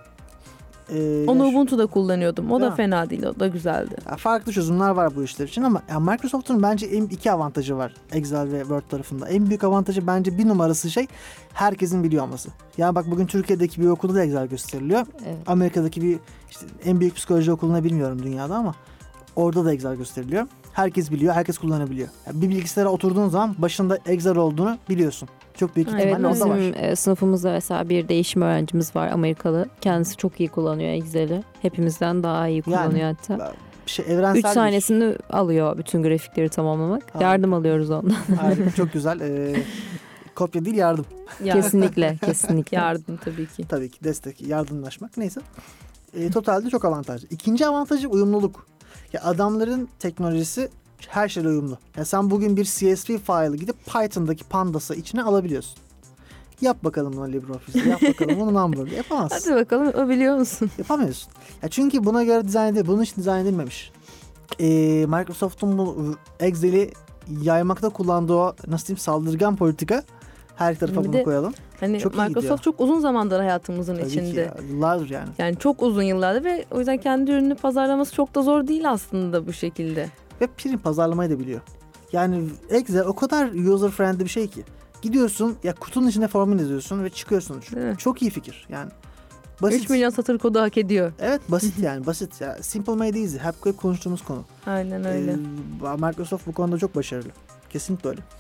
Onu Ya Ubuntu'da kullanıyordum. O Değil da mi? fena değil. O da güzeldi. ya farklı çözümler var bu işler için ama ya Microsoft'un bence iki avantajı var Excel ve Word tarafında. En büyük avantajı bence bir numarası herkesin biliyor olması. Yani bak, bugün Türkiye'deki bir okulda da Excel gösteriliyor. Evet. Amerika'daki bir en büyük psikoloji okuluna bilmiyorum dünyada ama orada da Excel gösteriliyor. Herkes biliyor, herkes kullanabiliyor. Yani bir bilgisayara oturduğun zaman başında Excel olduğunu biliyorsun. Çok büyük Evet, ihtimalle Evet, o da var. bizim sınıfımızda mesela bir değişim öğrencimiz var, Amerikalı. Kendisi çok iyi kullanıyor Excel'i. Hepimizden daha iyi kullanıyor hatta. Evrensel 3 tanesini alıyor bütün grafikleri tamamlamak. Harika. Yardım alıyoruz ondan. Harika, çok güzel. Kopya değil, yardım. Kesinlikle. Yardım tabii ki. Tabii ki destek, yardımlaşmak, neyse. Totalde çok avantajlı. İkinci avantajı uyumluluk. Ya adamların teknolojisi her şeyle uyumlu. Ya sen bugün bir CSV file'ı gidip Python'daki Pandas'ı içine alabiliyorsun. Yap bakalım bunu LibreOffice'de, yap bakalım bunu Number'da. Yapamazsın. Hadi bakalım, o biliyor musun? Yapamıyorsun. Ya çünkü buna göre dizayn edilmiş, bunun için dizayn edilmemiş. Microsoft'un bu Excel'i yaymakta kullandığı o, nasıl diyeyim, saldırgan politika, her tarafa Bir bunu de koyalım. Hani Çok iyi gidiyor. Microsoft çok uzun zamandır hayatımızın Tabii ki içinde. ya, yıllardır yani. Yani çok uzun yıllardır ve o yüzden kendi ürününü pazarlaması çok da zor değil aslında bu şekilde. Ve prim pazarlamayı da biliyor. Yani Excel o kadar user friendly bir şey ki. Gidiyorsun ya, kutunun içine formül yazıyorsun ve çıkıyor sonuç. Değil mi? Çok iyi fikir yani. Basit. 3 milyon satır kodu hak ediyor. Evet, basit yani, basit ya. Simple made easy. Hep konuştuğumuz konu. Aynen öyle. Microsoft bu konuda çok başarılı. Kesinlikle öyle.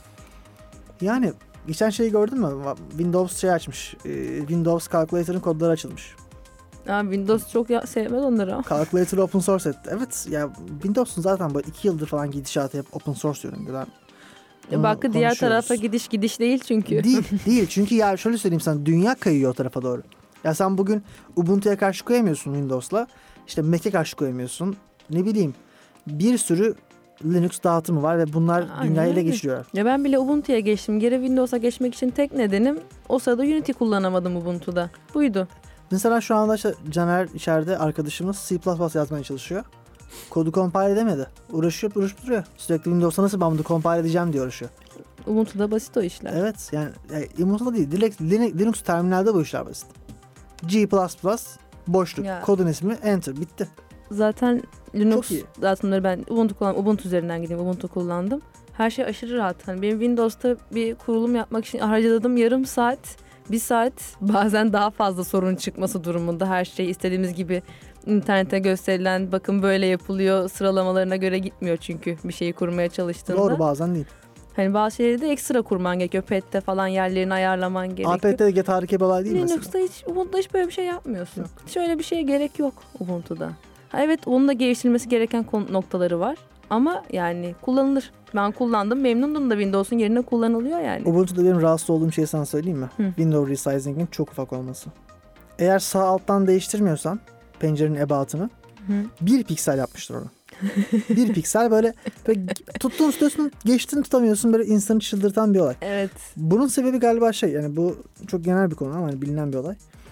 Yani geçen şeyi gördün mü? Windows açmış. Windows Calculator'ın kodları açılmış. Windows çok sevmez onları ama. Calculator open source etti. Evet ya, Windows'un zaten böyle 2 yıldır falan gidişatı hep open source yönünde. Bakı diğer tarafa gidiş değil çünkü. Değil çünkü ya şöyle söyleyeyim sana, dünya kayıyor o tarafa doğru. Ya sen bugün Ubuntu'ya karşı koyamıyorsun Windows'la. İşte Mac'e karşı koyamıyorsun. Ne bileyim, bir sürü Linux dağıtımı var ve bunlar Aynen dünyayı ele öyle. geçiriyor. Ya ben bile Ubuntu'ya geçtim. Geri Windows'a geçmek için tek nedenim o sırada Unity kullanamadım Ubuntu'da. Buydu. Mesela şu anda işte Caner içeride arkadaşımız C++ yazmaya çalışıyor. Kodu compile edemedi. Uğraşıp duruyor. Sürekli Windows'a nasıl ben bunu compile edeceğim diye uğraşıyor. Ubuntu'da basit o işler. Evet yani Ubuntu'da değil. Direkt Linux terminalde bu işler basit. G++ boşluk. Ya. Kodun ismi enter. Bitti. Zaten Linux Çok iyi. dağıtımları ben Ubuntu üzerinden gideyim. Ubuntu kullandım. Her şey aşırı rahat. Hani benim Windows'ta bir kurulum yapmak için harcadığım yarım saat, bir saat bazen daha fazla sorun çıkması durumunda her şey istediğimiz gibi internete gösterilen bakın böyle yapılıyor sıralamalarına göre gitmiyor çünkü bir şeyi kurmaya çalıştığında. Doğru bazen değil. Hani bazı şeyleri de ekstra kurman gerekiyor. Pet'te falan yerlerini ayarlaman gerekiyor. APT get hareket olay değil mesela. Linux'ta Ubuntu'da hiç böyle bir şey yapmıyorsun. Hiç öyle bir şeye gerek yok Ubuntu'da. Ha, evet onun da geliştirilmesi gereken noktaları var. Ama yani kullanılır. Ben kullandım. Memnundum da Windows'un yerine kullanılıyor yani. Ubuntu'da benim rahatsız olduğum şeyi sana söyleyeyim mi? Hı. Window resizing'in çok ufak olması. Eğer sağ alttan değiştirmiyorsan pencerenin ebatını Hı. 1 piksel yapmıştır onu. 1 piksel böyle tuttuğun tutuyorsun geçtin tutamıyorsun böyle insanı çıldırtan bir olay. Evet. Bunun sebebi galiba yani bu çok genel bir konu ama hani bilinen bir olay.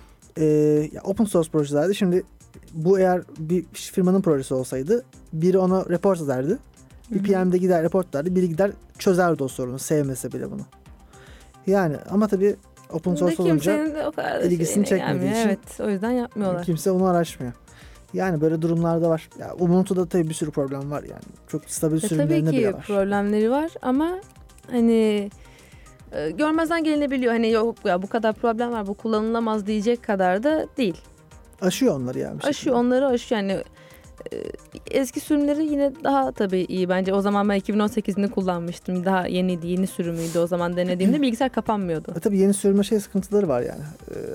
Ya open source projelerde şimdi bu eğer bir firmanın projesi olsaydı biri ona report ederdi. Bir PM'de gider report ederdi. Biri gider çözerdi o sorunu sevmese bile bunu. Yani ama tabii open source olunca Kimsenin de o kadar ilgisini şeyine çekmediği gelmiyor. için Evet o yüzden yapmıyorlar. kimse onu araşmıyor. Yani böyle durumlarda var. Ya Ubuntu'da tabii bir sürü problem var yani. Çok stabil Tabii sürümlerinde ki bile var. problemleri var ama hani görmezden gelinebiliyor. Hani yok ya bu kadar problem var bu kullanılamaz diyecek kadar da değil. Aşıyor onları yani. bir Aşıyor onları aşıyor yani eski sürümleri yine daha tabii iyi bence. O zaman ben 2018'ini kullanmıştım. Daha yeniydi, yeni sürümüydü o zaman denediğimde bilgisayar kapanmıyordu. Tabii yeni sürümde sıkıntıları var yani.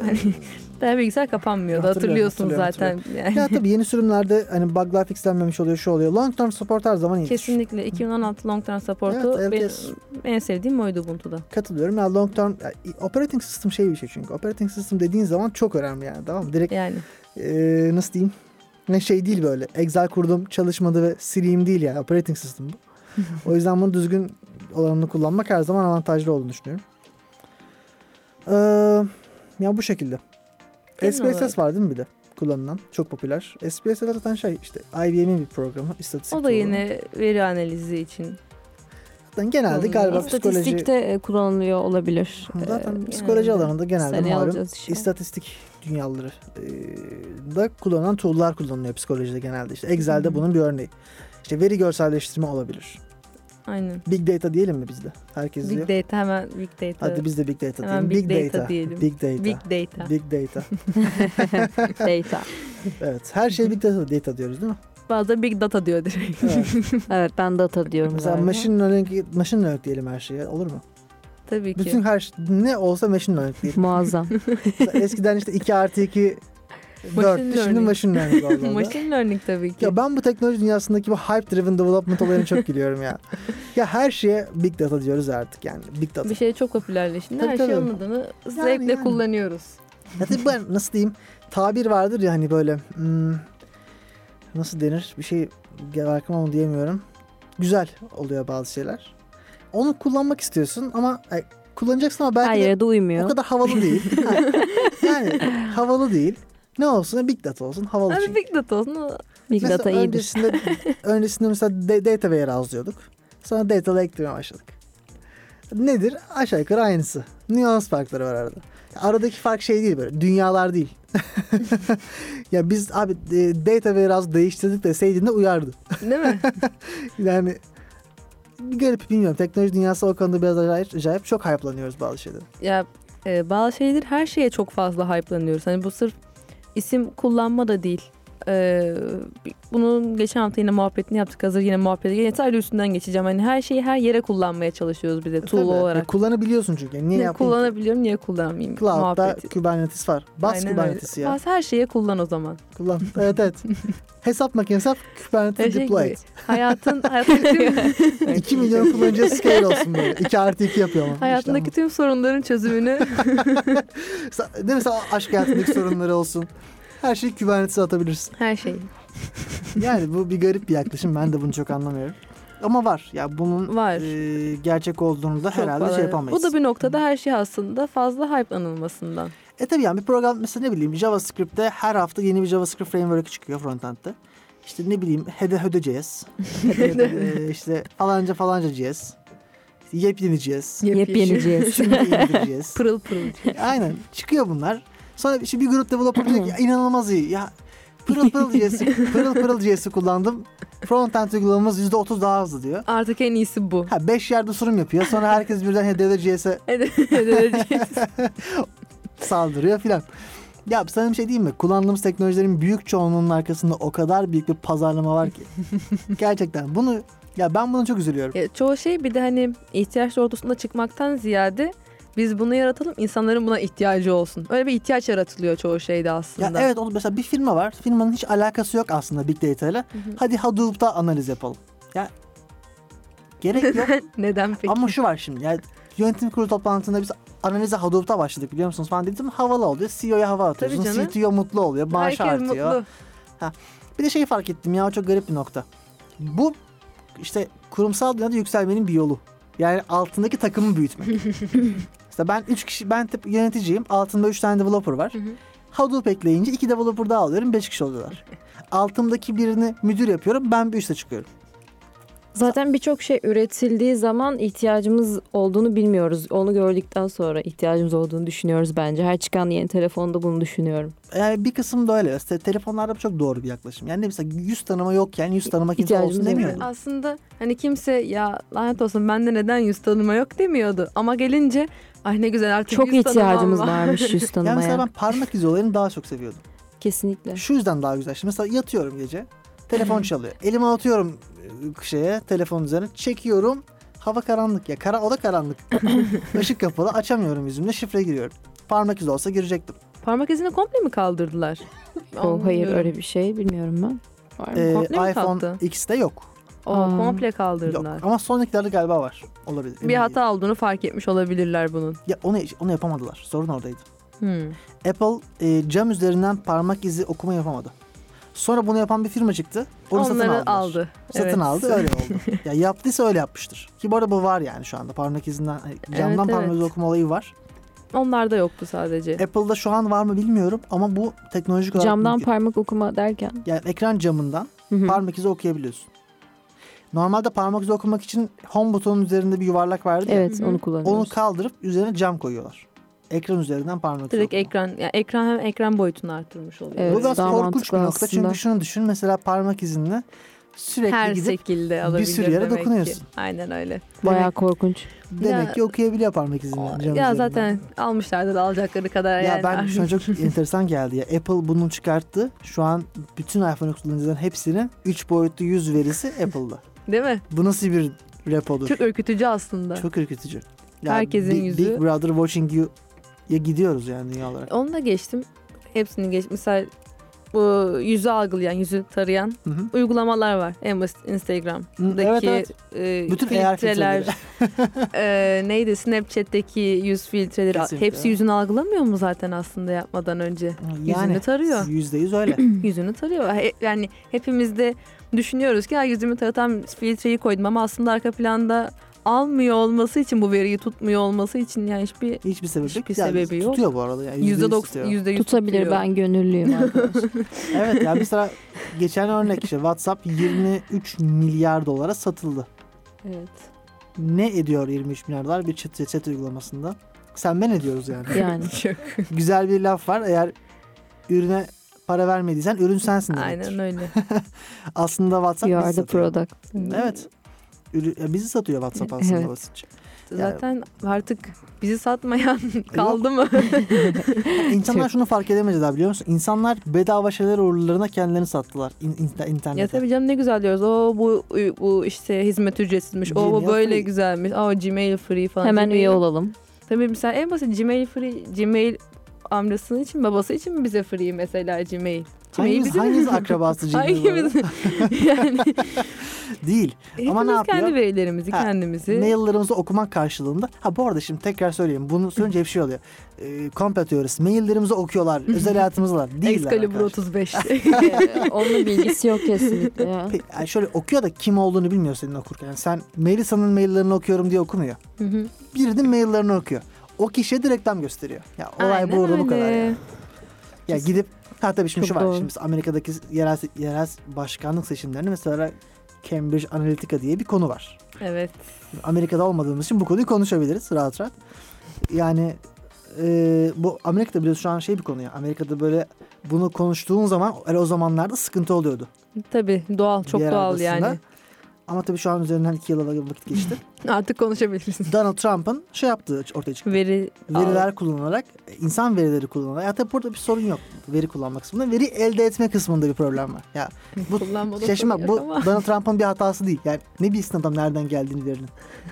Daha bilgisayar kapanmıyordu. Hatırlıyorsunuz zaten. Yani. Ya tabii yeni sürümlerde hani bug'lar fixlenmemiş oluyor, şu oluyor. Long term support her zaman iyidir. Kesinlikle 2016 long term support'u Evet, benim LTS. en sevdiğim oydu Ubuntu'da. Katılıyorum. Ya long term operating system bir şey çünkü. Operating system dediğin zaman çok önemli yani, tamam mı? Direkt Yani nasıl diyeyim? Ne şey değil böyle. Excel kurdum, çalışmadı ve sileyim değil yani. Operating system bu. O yüzden bunu düzgün olanını kullanmak her zaman avantajlı olduğunu düşünüyorum. Ya bu şekilde. Genel SPSS olarak. var değil mi bir de? Kullanılan. Çok popüler. SPSS zaten işte IBM'in bir programı. İstatistik o da programı. yine veri analizi için. Zaten genelde galiba psikoloji... İstatistikte kullanılıyor olabilir. Zaten psikoloji alanında genelde seneye malum alacağız inşallah. istatistik dünyaları da kullanılan tool'lar kullanılıyor psikolojide genelde. İşte Excel'de bunun bir örneği. İşte veri görselleştirme olabilir. Aynen. Big data diyelim mi bizde? Herkes Big diyor. data hemen Big Data. Hadi biz de big data Hemen diyelim. Big Data diyelim. Big data. Big Data. Big data. Data. Evet. Her şey big data diyoruz değil mi? Bazı Big Data diyor direkt. Evet. Evet ben data diyorum Mesela galiba. machine learning diyelim her şeye. Olur mu? Tabii ki. Bütün her ne olsa machine learning diyelim. Muazzam. Mesela eskiden işte 2+2 Machine 4'tü. Şimdi learning. machine learning oldu. Machine Learning tabii ki. Ya ben bu teknoloji dünyasındaki bu hype driven development olayına çok gülüyorum ya. Ya her şeye big data diyoruz artık yani. Big data. Bir şey çok popülerleştiğinde Tabii, her şey tabii. onun adını zevkle yani. kullanıyoruz. Ya tabii ben nasıl diyeyim, tabir vardır ya hani böyle nasıl denir, bir şey aklıma onu diyemiyorum. Güzel oluyor bazı şeyler. Onu kullanmak istiyorsun ama kullanacaksın ama belki Her de yere de uymuyor. o kadar havalı değil. Yani havalı değil. Ne olsun? Big data olsun. Havalı Abi çünkü. Big Data olsun. Big Mesela data iyidir. öncesinde mesela data warehouse sonra data lake demeye başladık. Nedir? Aşağı yukarı aynısı. Nüans farkları var arada. Aradaki fark şey değil böyle. Dünyalar değil. Ya biz abi data warehouse değiştirdik deseydin de uyardı. Değil mi? Yani bir garip, bilmiyorum. Teknoloji dünyası o konuda biraz acayip. Çok hype'lanıyoruz bazı şeyleri. Ya bazı şeyler her şeye çok fazla hype'lanıyoruz. Hani bu sırf isim kullanma da değil. Bunun geçen hafta yine muhabbetini yaptık. Hazır yine muhabbeti. Yine sadece üstünden geçeceğim. Hani her şeyi her yere kullanmaya çalışıyoruz bir de tool Tabii. olarak. Kullanabiliyorsun çünkü. Niye Ne yapayım ki? kullanabiliyorum, niye kullanmayayım? Cloud'da Muhabbeti. Kubernetes var. Bas Aynen Kubernetes'i öyle. ya. Bas her şeye kullan o zaman. Kullan. Evet. Hesap makinesi yap. Kubernetes Her şey deploy gibi. et. Hayatındaki tüm, 2 milyon kullanıcıya scale olsun böyle. 2+2 yapıyor ama. hayatındaki tüm sorunların çözümünü İşte değil mi? Mesela aşk hayatındaki sorunları olsun. Her şeyi Kubernetes'e atabilirsin. her şey. Yani bu bir garip bir yaklaşım. Ben de bunu çok anlamıyorum. ama var. Ya bunun Var. Gerçek olduğunu da Çok herhalde fazla. şey yapamayız. Bu da bir noktada her şey aslında fazla hype anılmasından. Tabii yani bir program mesela ne bileyim JavaScript'te her hafta yeni bir JavaScript framework çıkıyor frontend'de. İşte ne bileyim HEDE.js, işte falanca JS, yepyeni JS, Yepyeni şimdi indireceğiz. Pırıl pırıl. Aynen çıkıyor bunlar. Sonra işte bir grup developer diyor ki inanılmaz iyi. Ya pırıl JS'i kullandım. Frontend uygulamamız %30 daha hızlı diyor. Artık en iyisi bu. 5 yerde sunum yapıyor. Sonra herkes birden HEDE.js'e saldırıyor filan. Ya sana bir şey diyeyim mi? Kullandığımız teknolojilerin büyük çoğunluğunun arkasında o kadar büyük bir pazarlama var ki. Gerçekten ben buna çok üzülüyorum. Çoğu şey bir de hani ihtiyaç doğrultusunda çıkmaktan ziyade biz bunu yaratalım, insanların buna ihtiyacı olsun. Öyle bir ihtiyaç yaratılıyor çoğu şeyde aslında. Ya evet, mesela bir firma var. Firmanın hiç alakası yok aslında Big Data ile. Hadi Hadoop'ta analiz yapalım. Ya gerek yok. Neden peki? Ama şu var şimdi. Yani yönetim kurulu toplantısında biz analize Hadoop'ta başladık biliyor musunuz falan dedim. Havalı oluyor. CEO'ya hava atıyorsun. Tabii canım. CTO mutlu oluyor. Maaş Herkes artıyor. mutlu. Bir de şeyi fark ettim ya, o çok garip bir nokta. Bu işte kurumsal dünyada yükselmenin bir yolu. Yani altındaki takımı büyütmek. İşte ben yöneticiyim. Altımda 3 tane developer var. Hadoop ekleyince 2 developer daha alıyorum. 5 kişi oluyorlar. Altımdaki birini müdür yapıyorum. Ben bir üste çıkıyorum. Zaten birçok şey üretildiği zaman ihtiyacımız olduğunu bilmiyoruz. Onu gördükten sonra ihtiyacımız olduğunu düşünüyoruz bence. Her çıkan yeni telefonda bunu düşünüyorum. Yani bir kısım da öyle. İşte telefonlarda bu çok doğru bir yaklaşım. Yani mesela yüz tanıma yokken yüz tanıma kimse İhtiyacımız olsun demiyor. yok. Aslında hani kimse ya lanet olsun bende neden yüz tanıma yok demiyordu. Ama gelince ay ne güzel artık Çok yüz tanımam ihtiyacımız var. varmış yüz Yani mesela tanımaya. ben parmak izi olayını daha çok seviyordum. Kesinlikle. Şu yüzden daha güzel. Şimdi mesela yatıyorum gece. Telefon çalıyor. Elime atıyorum telefon üzerine. Çekiyorum. Hava karanlık ya. O da karanlık. Işık kapalı. Açamıyorum yüzümle. Şifre giriyorum. Parmak izi olsa girecektim. Parmak izini komple mi kaldırdılar? Hayır Bilmiyorum. öyle bir şey bilmiyorum ben. Var mı? Komple mi iPhone kalktı? X'te yok. Komple Yok. kaldırdılar. Ama sonrakilerde galiba var. Olabilir. Bir hata olduğunu fark etmiş olabilirler bunun. Ya onu yapamadılar. Sorun oradaydı. Hmm. Apple cam üzerinden parmak izi okuma yapamadı. Sonra bunu yapan bir firma çıktı. Onu satın Onları aldılar. aldı. Satın Evet. aldı, öyle oldu. Ya yaptıysa öyle yapmıştır. Ki bu arada bu var yani şu anda. Parmak izinden, camdan Evet, parmak izi evet. okuma olayı var. Onlar da yoktu sadece. Apple'da şu an var mı bilmiyorum ama bu teknolojik olarak Camdan mümkün. parmak okuma derken. Yani ekran camından Hı. parmak izi okuyabiliyorsun. Normalde parmak izi okumak için home butonun üzerinde bir yuvarlak vardı ya. Evet Hı. onu kullanıyoruz. Onu kaldırıp üzerine cam koyuyorlar. Ekran üzerinden parmak izi Direkt okuma. ekran hem ekran boyutunu arttırmış oluyor. Evet, Bu biraz daha korkunç mantıklı bir nokta. aslında. Çünkü şunu düşün. Mesela parmak izinle sürekli Her gidip şekilde alabilir sürü yere demek dokunuyorsun. ki. Aynen öyle. Bayağı korkunç. demek Ya- ki okuyabiliyor parmak izinden. cam Ya üzerinden. zaten almışlardı da alacakları kadar Ya yani. ben şu an çok enteresan geldi ya. Apple bunu çıkarttı. Şu an bütün iPhone kullanıcıların hepsinin 3 boyutlu yüz verisi Apple'da. Değil mi? Bu nasıl bir repodur? Çok ürkütücü aslında. Çok ürkütücü. Ya Herkesin Big, yüzü- Big Brother watching you'ya gidiyoruz yani dünya olarak. Onu da geçtim. Hepsini geç. Misal bu yüzü algılayan, yüzü tarayan Hı hı. uygulamalar var. En basit Hı, Instagram'daki evet. Bütün AR filtreler. filtreleri. Neydi? Snapchat'teki yüz filtreleri. Kesinlikle. Hepsi yüzünü algılamıyor mu zaten aslında yapmadan önce? Yani Yüzünü tarıyor. %100 öyle. Yüzünü tarıyor. Yani hepimiz de düşünüyoruz ki yüzümü taratan filtreyi koydum ama aslında arka planda almıyor olması için, bu veriyi tutmuyor olması için yani Hiçbir sebebi, Hiçbir Yani sebebi yok. Tutuyor bu arada. Yani %90, tutuyor. %100 Tutabilir, tutuyor. ben gönüllüyüm arkadaş. Evet yani mesela geçen örnek işte WhatsApp 23 milyar dolara satıldı. Evet. Ne ediyor 23 milyar dolar bir chat uygulamasında? Sen ben ediyoruz yani. Yani. Güzel bir laf var. Eğer ürüne para vermediysen ürün sensin demektir. Aynen öyle. Aslında WhatsApp You are bizi the satıyor. product. Evet. Bizi satıyor WhatsApp aslında Evet. basitçe. Zaten artık bizi satmayan kaldı mı? İnsanlar şunu fark edemediler biliyor musun? İnsanlar bedava şeyler uğurlarına kendilerini sattılar internette. Ya tabii canım ne güzel diyoruz. Bu işte hizmet ücretsizmiş. Bu Gmail böyle free. güzelmiş. Gmail free falan. Hemen Gmail. üye olalım. Tabii mesela en basit Gmail free. Gmail amcasının için babası için mi bize free mesela Gmail? Hangimiz akrabası Gmail? Hangimiz? Yani Değil. Ama ne hepimiz yapıyor? kendi verilerimizi kendimizi. Maillerimizi okumak karşılığında. Bu arada şimdi tekrar söyleyeyim. Bunu söyleyince hep şey oluyor. Komplo teorisi. Maillerimizi okuyorlar. Özel hayatımızla. Değiller Excalibur arkadaşlar. 35. Onun bilgisi yok kesinlikle ya. Yani şöyle okuyor da kim olduğunu bilmiyor senin okurken. Yani sen Melisa'nın maillerini okuyorum diye okumuyor. Birinin maillerini okuyor. O kişiye de reklam gösteriyor. Ya olay Aynen burada bu kadar öyle. yani. Ya gidip tabii şimdi Çok şu var. doğru. Şimdi biz Amerika'daki yerel başkanlık seçimlerinde mesela Cambridge Analytica diye bir konu var. Evet. Amerika'da olmadığımız için bu konuyu konuşabiliriz rahat rahat. Yani bu Amerika'da biliyorsun şu an bir konu ya. Amerika'da böyle bunu konuştuğun zaman o zamanlarda sıkıntı oluyordu. Tabii doğal, çok Diğer doğal arasında. yani. Ama tabii şu an üzerinden 2 yıla vakit geçti. Artık konuşabiliriz. Donald Trump'ın yaptığı ortaya çıktı. Veriler kullanarak, insan verileri kullanarak. Ya tabii burada bir sorun yok veri kullanmak kısmında. Veri elde etme kısmında bir problem var. Ya bu Kullanmada şaşırma, sorun bu yok ama. Donald Trump'ın bir hatası değil. Yani ne bilsin adam nereden geldiğini verinin.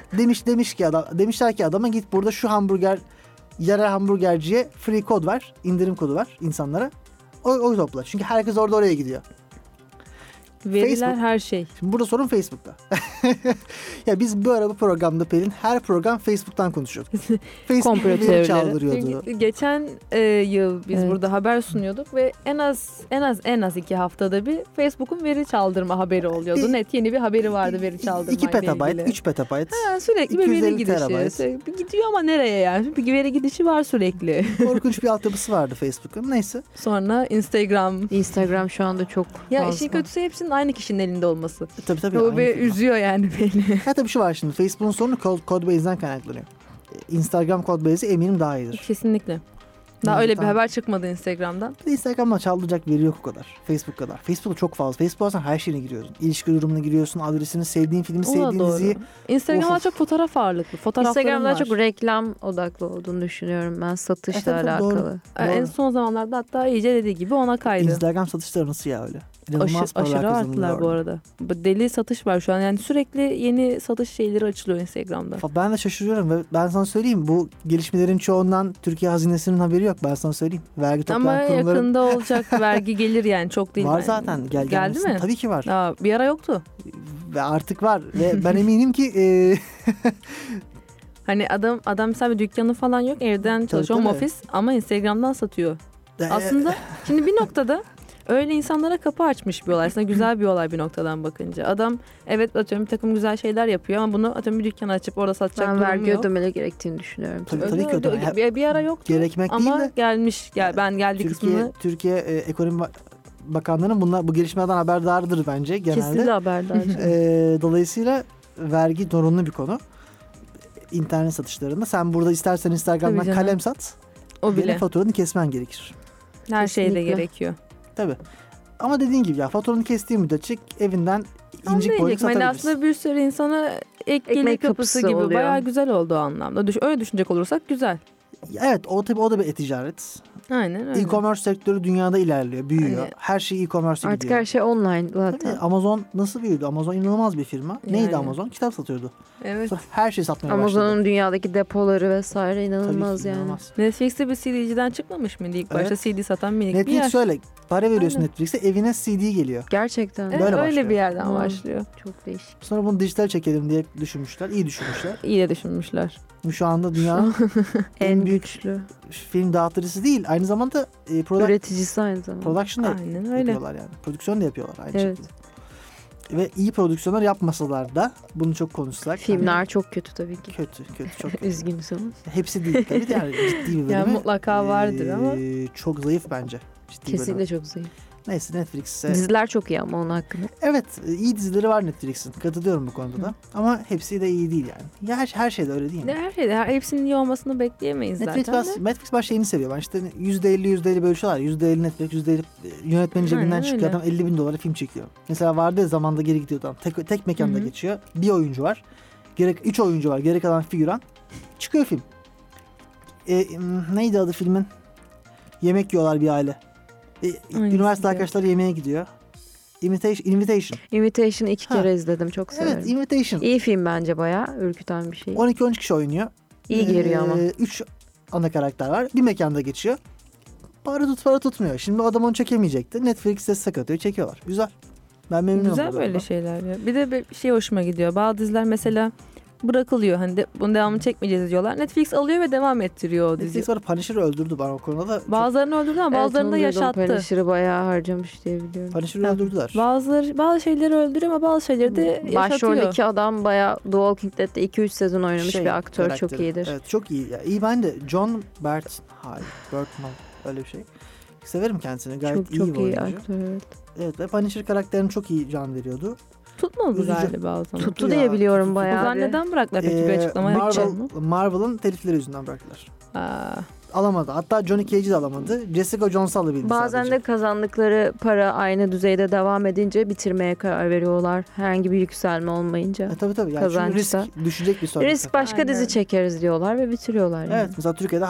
Demişler ki adama git burada şu yerel hamburgerciye free kod var, indirim kodu var insanlara. Oy topla. Çünkü herkes oraya gidiyor. Veriler Facebook. her şey. Şimdi burada sorun Facebook'ta. Ya biz bu programda Pelin her program Facebook'tan konuşuyorduk. Facebook Komplo veri teorileri. çaldırıyordu. Geçen yıl biz Evet. burada haber sunuyorduk ve en az 2 haftada bir Facebook'un veri çaldırma haberi oluyordu. Net yeni bir haberi vardı veri çaldırmayla 2 petabayt, ilgili. 3 petabayt. Sürekli bir 250 veri gidişi. terabayt. Sürekli gidiyor ama nereye yani? Bir veri gidişi var sürekli. Korkunç bir altyapısı vardı Facebook'un. Neyse. Sonra Instagram. Şu anda çok Ya fazla. işin kötüsü hepsinin aynı kişinin elinde olması. Tabii. O aynı beni firma. üzüyor yani beni. Ya tabii şu var şimdi. Facebook'un sorunu Codebase'den kaynaklanıyor. Instagram Codebase'i eminim daha iyidir. Kesinlikle. Daha Yani öyle bir tamam. haber çıkmadı Instagram'dan. Instagram'da çaldıracak veri yok o kadar. Facebook kadar. Facebook'ta çok fazla. Facebook'a sen her şeyine giriyorsun. İlişki durumuna giriyorsun. Adresini, sevdiğin filmi, O da sevdiğin doğru. diziyi. Instagram'da Of. çok fotoğraf ağırlıklı. Fotoğraflarım Instagram'da var. çok reklam odaklı olduğunu düşünüyorum ben, satışla tabii, alakalı. doğru. En son zamanlarda hatta iyice dediği gibi ona kaydı. Instagram satışları nasıl ya öyle? İnanılmaz paralar Aşırı kazanılıyor arttılar bu orada. arada. Bu deli satış var şu an. Yani sürekli yeni satış şeyleri açılıyor Instagram'da. Ben de şaşırıyorum ve ben sana söyleyeyim bu gelişmelerin çoğundan Türkiye hazinesinin haberi yok. Ben sana söyleyeyim. Vergi toplayan Ama kurumların yakında olacak vergi gelir yani çok değil. var yani. zaten. Geldi Gelmesin. mi? Tabii ki var. Bir ara yoktu. Ve artık var. Ve ben eminim ki Hani adam mesela bir dükkanı falan yok, evden çalışıyor, home tabii. office ama Instagram'dan satıyor. Aslında şimdi bir noktada öyle insanlara kapı açmış bir olay. Aslında güzel bir olay bir noktadan bakınca. Adam evet atıyorum bir takım güzel şeyler yapıyor ama bunu atıyorum bir dükkan açıp orada satacak Ben durumu vergi yok. ödemeleri gerektiğini düşünüyorum. Tabii ki ödeme. Bir ara yoktu gerekmek ama değil de gelmiş. Ben geldiği kısmını Türkiye Ekonomi Bakanlığı'nın bu gelişmelerden haberdarıdır bence genelde. Kesinlikle haberdar. Dolayısıyla vergi zorunlu bir konu. İnternet satışlarında. Sen burada istersen Tabii Instagram'dan canım. kalem sat. o Gene bile faturanı kesmen gerekir. her şeyde Kesinlikle. gerekiyor. Tabii. Ama dediğin gibi ya faturanı kestiğin müddetçe evinden incik boyunca Hani satabilirsin. aslında bir sürü insana ek gelir Ekmek kapısı kapısı gibi oluyor. bayağı güzel oldu o anlamda. Öyle düşünecek olursak güzel. Evet o da bir e-ticaret. Aynen öyle. E-commerce sektörü dünyada ilerliyor, büyüyor. Hani- Her şey e-commerce'e Artık gidiyor. her şey online zaten. Tabii, Amazon nasıl büyüdü? Amazon inanılmaz bir firma. Yani. Neydi Amazon? Kitap satıyordu. Evet. Sonra her şeyi satmaya başladı. Amazon'un dünyadaki depoları vesaire Tabii inanılmaz ki, yani. inanılmaz. Netflix'te bir CD'ciden çıkmamış mıydı ilk başta? Evet. CD satan minik bir yer. Netflix şöyle para veriyorsun Aynen. Netflix'e evine CD geliyor. Gerçekten. Evet, Böyle öyle başlıyor. bir yerden Hmm. başlıyor. Çok değişik. Sonra bunu dijital çekelim diye düşünmüşler. İyi düşünmüşler. İyi de düşünmüşler. Şu anda dünyanın En büyük güçlü. film dağıtırıcısı değil. Aynı zamanda Üreticisi aynı zamanda. production da Aynen öyle. yapıyorlar yani. Prodüksiyon da yapıyorlar aynı Evet. şekilde. Ve iyi prodüksiyonlar yapmasalar da bunu çok konuşsak. Filmler çok kötü tabii ki. Kötü çok kötü. Üzgünüz ama. Hepsi değil tabii de yani ciddi bir bölümü. Yani mutlaka vardır ama. Çok zayıf bence. Ciddi Kesinlikle bölümü. çok zayıf. Neyse Netflix'e. Diziler çok iyi ama onun hakkında. Evet iyi dizileri var Netflix'in. Katılıyorum bu konuda da. Ama hepsi de iyi değil yani. Ya her şeyde öyle değil mi? Her şeyde hepsinin iyi olmasını bekleyemeyiz zaten. Netflix baş şeyini seviyor. Ben işte %50 bölüşüyorlar. %50 Netflix, %50 yönetmenin cebinden Aynen çıkıyor. öyle. Adam 50 bin dolara film çekiyor. Mesela vardı ya zamanda geri gidiyor adam. Tek mekanda Hı hı. geçiyor. Bir oyuncu var. 3 oyuncu var. Geri kalan figüran. Çıkıyor film. Neydi adı filmin? Yemek yiyorlar bir aile. Üniversite arkadaşlar yemeğe gidiyor. Invitation. Invitation'ı 2 Ha. kere izledim. Çok severim. Evet Invitation. İyi film bence bayağı. Ürküten bir şey. 12-13 kişi oynuyor. İyi geliyor ama. 3 ana karakter var. Bir mekanda geçiyor. para tutmuyor. Şimdi o adam onu çekemeyecekti. Netflix'te sakatıyor, çekiyorlar. Güzel. Ben memnunum. Güzel bu böyle durumda. şeyler ya. Bir de bir şey hoşuma gidiyor. Bazı diziler mesela bırakılıyor. Hani bunun devamını çekmeyeceğiz diyorlar. Netflix alıyor ve devam ettiriyor o diziyi. Netflix var, Punisher'ı öldürdü bana o konuda da. Bazılarını öldürdü ama bazılarını da yaşattı. Punisher'ı bayağı harcamış diye biliyorum. Punisher'ı öldürdüler. Bazı şeyleri öldürüyor ama bazı şeyleri de yaşatıyor. Başroldeki adam bayağı The Walking Dead'de 2-3 sezon oynamış bir aktör. karakteri. Çok iyidir. Evet, çok iyi. Ya, iyi ben de John Bertman öyle bir şey. Severim kendisini. Gayet Çok iyi çok bir iyi oyuncu. aktör. Evet. Evet ve Punisher karakterini çok iyi can veriyordu. Tutmadı Üzücü. galiba o zaman. Tuttu Tuttu ya, diye biliyorum tuttu. O bayağı. zaman bir. neden bıraktılar peki bir açıklama yapacak mı? Marvel'ın telifleri yüzünden bıraktılar. Aa, Alamadı. Hatta Johnny Cage'i de alamadı. Jessica Jones'u alabildi Bazen sadece. de kazandıkları para aynı düzeyde devam edince bitirmeye karar veriyorlar. Herhangi bir yükselme olmayınca. Tabii. Yani çünkü Kazançta. risk düşecek bir sonraki Risk sefer. başka Aynen. dizi çekeriz diyorlar ve bitiriyorlar. Yani. Evet mesela Türkiye'de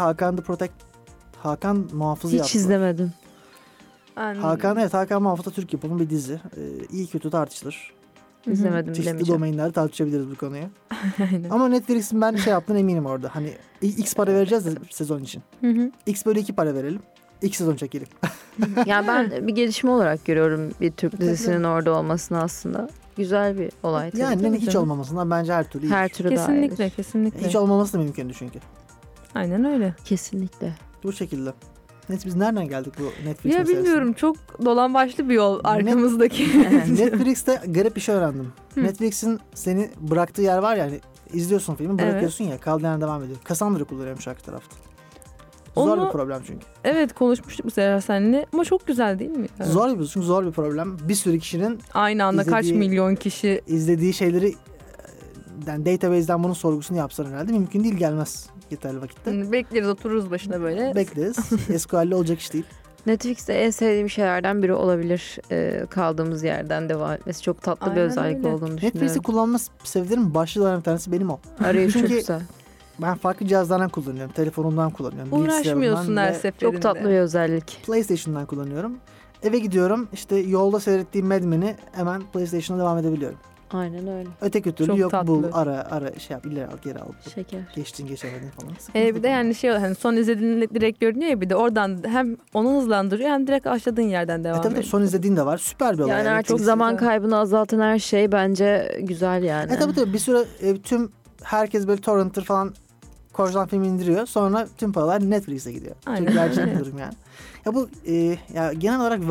Hakan Muhafız'ı Hiç yaptılar. izlemedim. aynen. Hakan Muhafız'da Türk yapımı bir dizi. İyi kötü tartışılır. İzlemedim Çeşitli bilemeyeceğim. domainlerde tartışabiliriz bu konuyu. Aynen. Ama Netflix'in ben yaptığına eminim orada. Hani X para vereceğiz de sezon için. Hı hı. X bölü 2 para verelim. İlk sezon çekelim. Yani ben bir gelişme olarak görüyorum bir Türk Tabii, dizisinin orada olmasını aslında. Güzel bir olay tabii. Yani tabii hiç canım. olmamasından bence her türlü iyi. Her türlü Kesinlikle, dahildir. kesinlikle. Hiç olmaması da mümkündü çünkü. Aynen öyle. Kesinlikle. Bu şekilde. Neyse biz nereden geldik bu Netflix Ya meselesine? bilmiyorum, çok dolambaçlı bir yol arkamızdaki. Netflix'te garip bir şey öğrendim. Hı. Netflix'in seni bıraktığı yer var ya, hani izliyorsun filmi Evet. bırakıyorsun ya, kaldığı yerden devam ediyor. Cassandra kullanıyorum şu arka tarafta. Zor Onu- bir problem çünkü. Evet, konuşmuştuk bu sefer seninle ama çok güzel değil mi? Evet. Zor bir problem. Bir sürü kişinin Aynı anda kaç İzlediği- milyon kişi izlediği şeyleri yani database'den bunun sorgusunu yapsan herhalde mümkün değil, gelmez yeterli vakitte. bekleriz, otururuz başına böyle. Bekleriz. SQL'le olacak iş değil. Netflix'te en sevdiğim şeylerden biri olabilir. Kaldığımız yerden devam etmesi. Çok tatlı bir Aynen özellik öyle. olduğunu Netflix'i düşünüyorum. kullanma sebeplerim başlılarından bir tanesi benim o. Arayüz çok Çünkü güzel. Ben farklı cihazlardan kullanıyorum. Telefonumdan kullanıyorum. Uğraşmıyorsun bilgisayarımdan her ve seferinde. Çok tatlı bir özellik. PlayStation'dan kullanıyorum. Eve gidiyorum, işte yolda seyrettiğim Mad Men'i hemen PlayStation'da devam edebiliyorum. Aynen öyle. Öteki türlü Çok yok tatlı. bul, ara şey yap, ileri al, geri al. Şeker. Geçtin geçemedin falan. Bir de yani şey, hani son izlediğinde direkt görünüyor ya, bir de oradan hem onu hızlandırıyor hem direkt başladığın yerden devam tabii ediyor. son izlediğin de var. Süper bir olay. Yani artık çok zaman güzel. kaybını azaltan her şey bence güzel yani. Tabii bir süre tüm herkes böyle torrent'ır falan korsan film indiriyor. Sonra tüm paralar Netflix'e gidiyor. Aynen. Çok gerçek bir durum yani. Ya bu ya genel olarak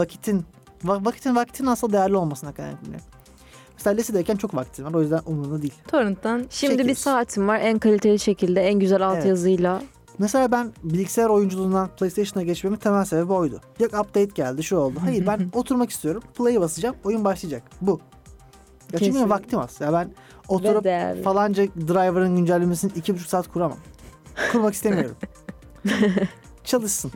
vaktin asıl değerli olmasına kaynaklanıyor. Mesela lisedeyken çok vaktim var, o yüzden umurumda değil. Torrent'tan Şimdi bir çekiyoruz. saatim var en kaliteli şekilde en güzel altyazıyla. Mesela ben bilgisayar oyunculuğundan PlayStation'a geçmemin temel sebebi oydu. Yok update geldi, şu oldu. Hayır, ben oturmak istiyorum. Play'e basacağım, oyun başlayacak. Bu. Ya çünkü Kesin. benim vaktim az. Ya ben oturup değerli. falanca driver'ın güncellemesini 2,5 saat kuramam. Kurmak istemiyorum. Çalışsın.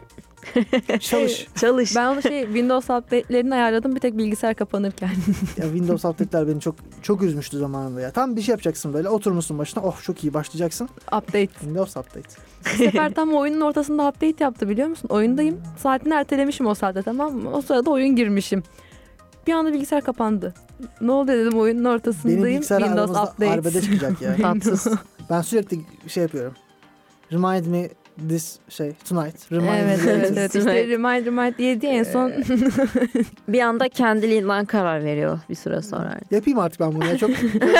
Çalış. Çalış. ben onu Windows update'lerini ayarladım bir tek bilgisayar kapanırken. Ya Windows update'ler beni çok üzmüştü zamanında ya. Tam bir şey yapacaksın böyle, oturmuşsun başına. Oh çok iyi, başlayacaksın. Update. Windows update. Bu sefer tam oyunun ortasında update yaptı, biliyor musun? Oyundayım. Saatini ertelemişim o saatte, tamam mı? O sırada oyun girmişim. Bir anda bilgisayar kapandı. Ne oldu dedim, oyunun ortasındayım. Benim bilgisayar Windows aramızda update. arbede çıkacak ya. Tatsız. Ben sürekli şey yapıyorum. Remind me this tonight. Remind Evet me evet later. evet. İşte remind diye en son Bir anda kendiliğinden karar veriyor bir süre sonra. Yapayım artık ben bunu ya. Çok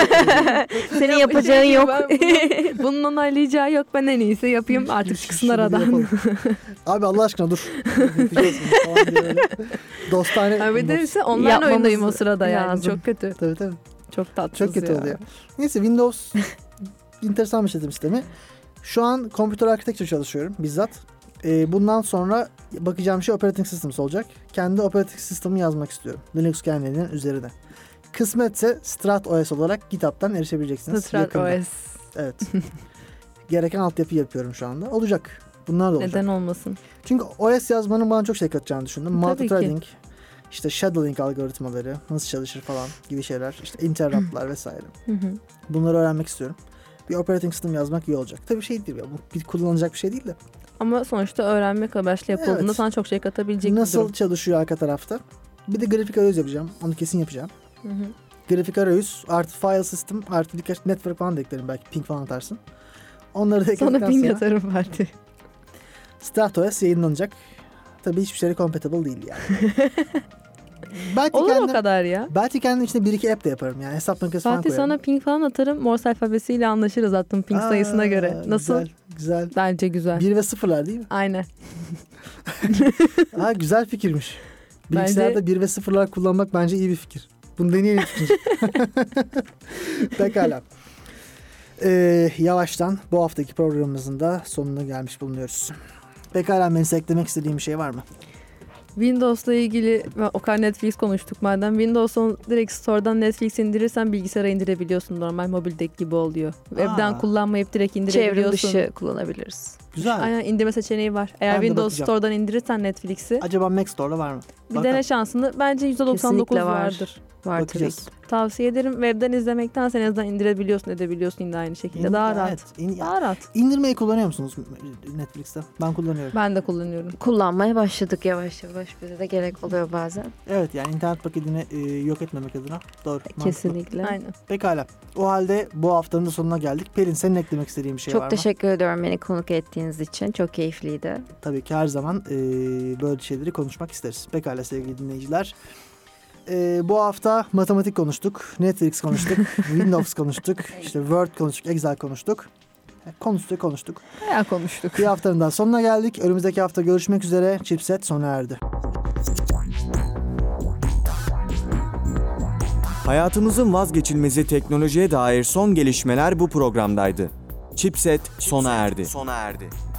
Senin yapacağın yok. Bunun onaylayacağı yok. Ben en iyisi yapayım artık, çıksın Şunu bir aradan. yapalım. Abi Allah aşkına dur. Yapacağız bunu falan diye böyle. Dostane. Abi de ise online Yapmamız oyundayım o sırada yani. lazım. Çok kötü. Tabii. Çok tatsız Çok kötü ya. oluyor. Neyse Windows enteresan bir işletim sistemi. Şu an computer architecture çalışıyorum bizzat. Bundan sonra bakacağım şey operating systems olacak. Kendi operating sistemi yazmak istiyorum. Linux kernelinin üzerine. Kısmetse Strat OS olarak GitHub'tan erişebileceksiniz. Strat yakında. OS. Evet. Gereken altyapı yapıyorum şu anda. Olacak. Bunlar da olacak. Neden olmasın? Çünkü OS yazmanın bana çok şey katacağını düşündüm. Tabii Multithreading, işte shadowing algoritmaları, nasıl çalışır falan gibi şeyler. İşte interruptlar vesaire. Hı hı. Bunları öğrenmek istiyorum. Bir operating system yazmak iyi olacak. Tabii şey değil ya, bu bir kullanılacak bir şey değil de. Ama sonuçta öğrenmek amaçlı yapıldığında Evet. sana çok şey katabilecek bir Nasıl durum. çalışıyor arka tarafta. Bir de grafik arayüz yapacağım. Onu kesin yapacağım. Hı hı. Grafik arayüz, artı file system, artı birkaç network falan da eklerim. Belki ping falan atarsın. Onları da Sana ekledikten ping sonra atarım Fatih. StartOS yayınlanacak. tabii hiçbir şeyle compatible değil yani. belki Olur o kendim, kadar ya. belki kendim içinde 1-2 app de yaparım yani hesap makinesi falan Fatih koyarım. sana ping falan atarım. Morse alfabesiyle anlaşırız attığım ping sayısına göre. Nasıl? Güzel, güzel. Bence güzel. 1 ve 0'lar değil mi? Aynen. Güzel fikirmiş. Bilgisayarda 1 ve 0'lar kullanmak bence iyi bir fikir. Bunu deneyelim ikinci. Pekala. Yavaştan bu haftaki programımızın da sonuna gelmiş bulunuyoruz. Pekala, Melis, eklemek istediğim bir şey var mı? Windows'la ilgili o kadar Netflix konuştuk madem. Windows'un direkt store'dan Netflix indirirsen bilgisayara indirebiliyorsun. Normal mobildeki gibi oluyor. Web'den kullanmayıp direkt Çevrim indirebiliyorsun. dışı kullanabiliriz. Güzel. Aynen, indirme seçeneği var. Eğer Ben de Windows bakacağım. Store'dan indirirsen Netflix'i Acaba Mac Store'da var mı? bir Bakalım. dene şansını. Bence %99 Kesinlikle var. vardır. Var Bakacağız. tabii ki. Tavsiye ederim. Web'den izlemektense en azından indirebiliyorsun, edebiliyorsun yine aynı şekilde. Daha rahat. Daha rahat. İndirmeyi kullanıyor musunuz Netflix'te? Ben kullanıyorum. Ben de kullanıyorum. Kullanmaya başladık yavaş yavaş. Bize de gerek oluyor bazen. Evet, yani internet paketini yok etmemek adına. Doğru. mantıklı. Kesinlikle. Aynen. Pekala. O halde bu haftanın da sonuna geldik. Pelin, senin eklemek istediğin bir şey var Çok mı? teşekkür ediyorum beni konuk ettiğiniz için. Çok keyifliydi. Tabii ki her zaman böyle şeyleri konuşmak isteriz. Pekala sevgili dinleyiciler. Bu hafta matematik konuştuk, Netflix konuştuk, Windows konuştuk, işte Word konuştuk, Excel konuştuk. Konuştuk. Bayağı konuştuk. Bir haftanın daha sonuna geldik. Önümüzdeki hafta görüşmek üzere. Chipset sona erdi. Hayatımızın vazgeçilmezi teknolojiye dair son gelişmeler bu programdaydı. Chipset sona erdi.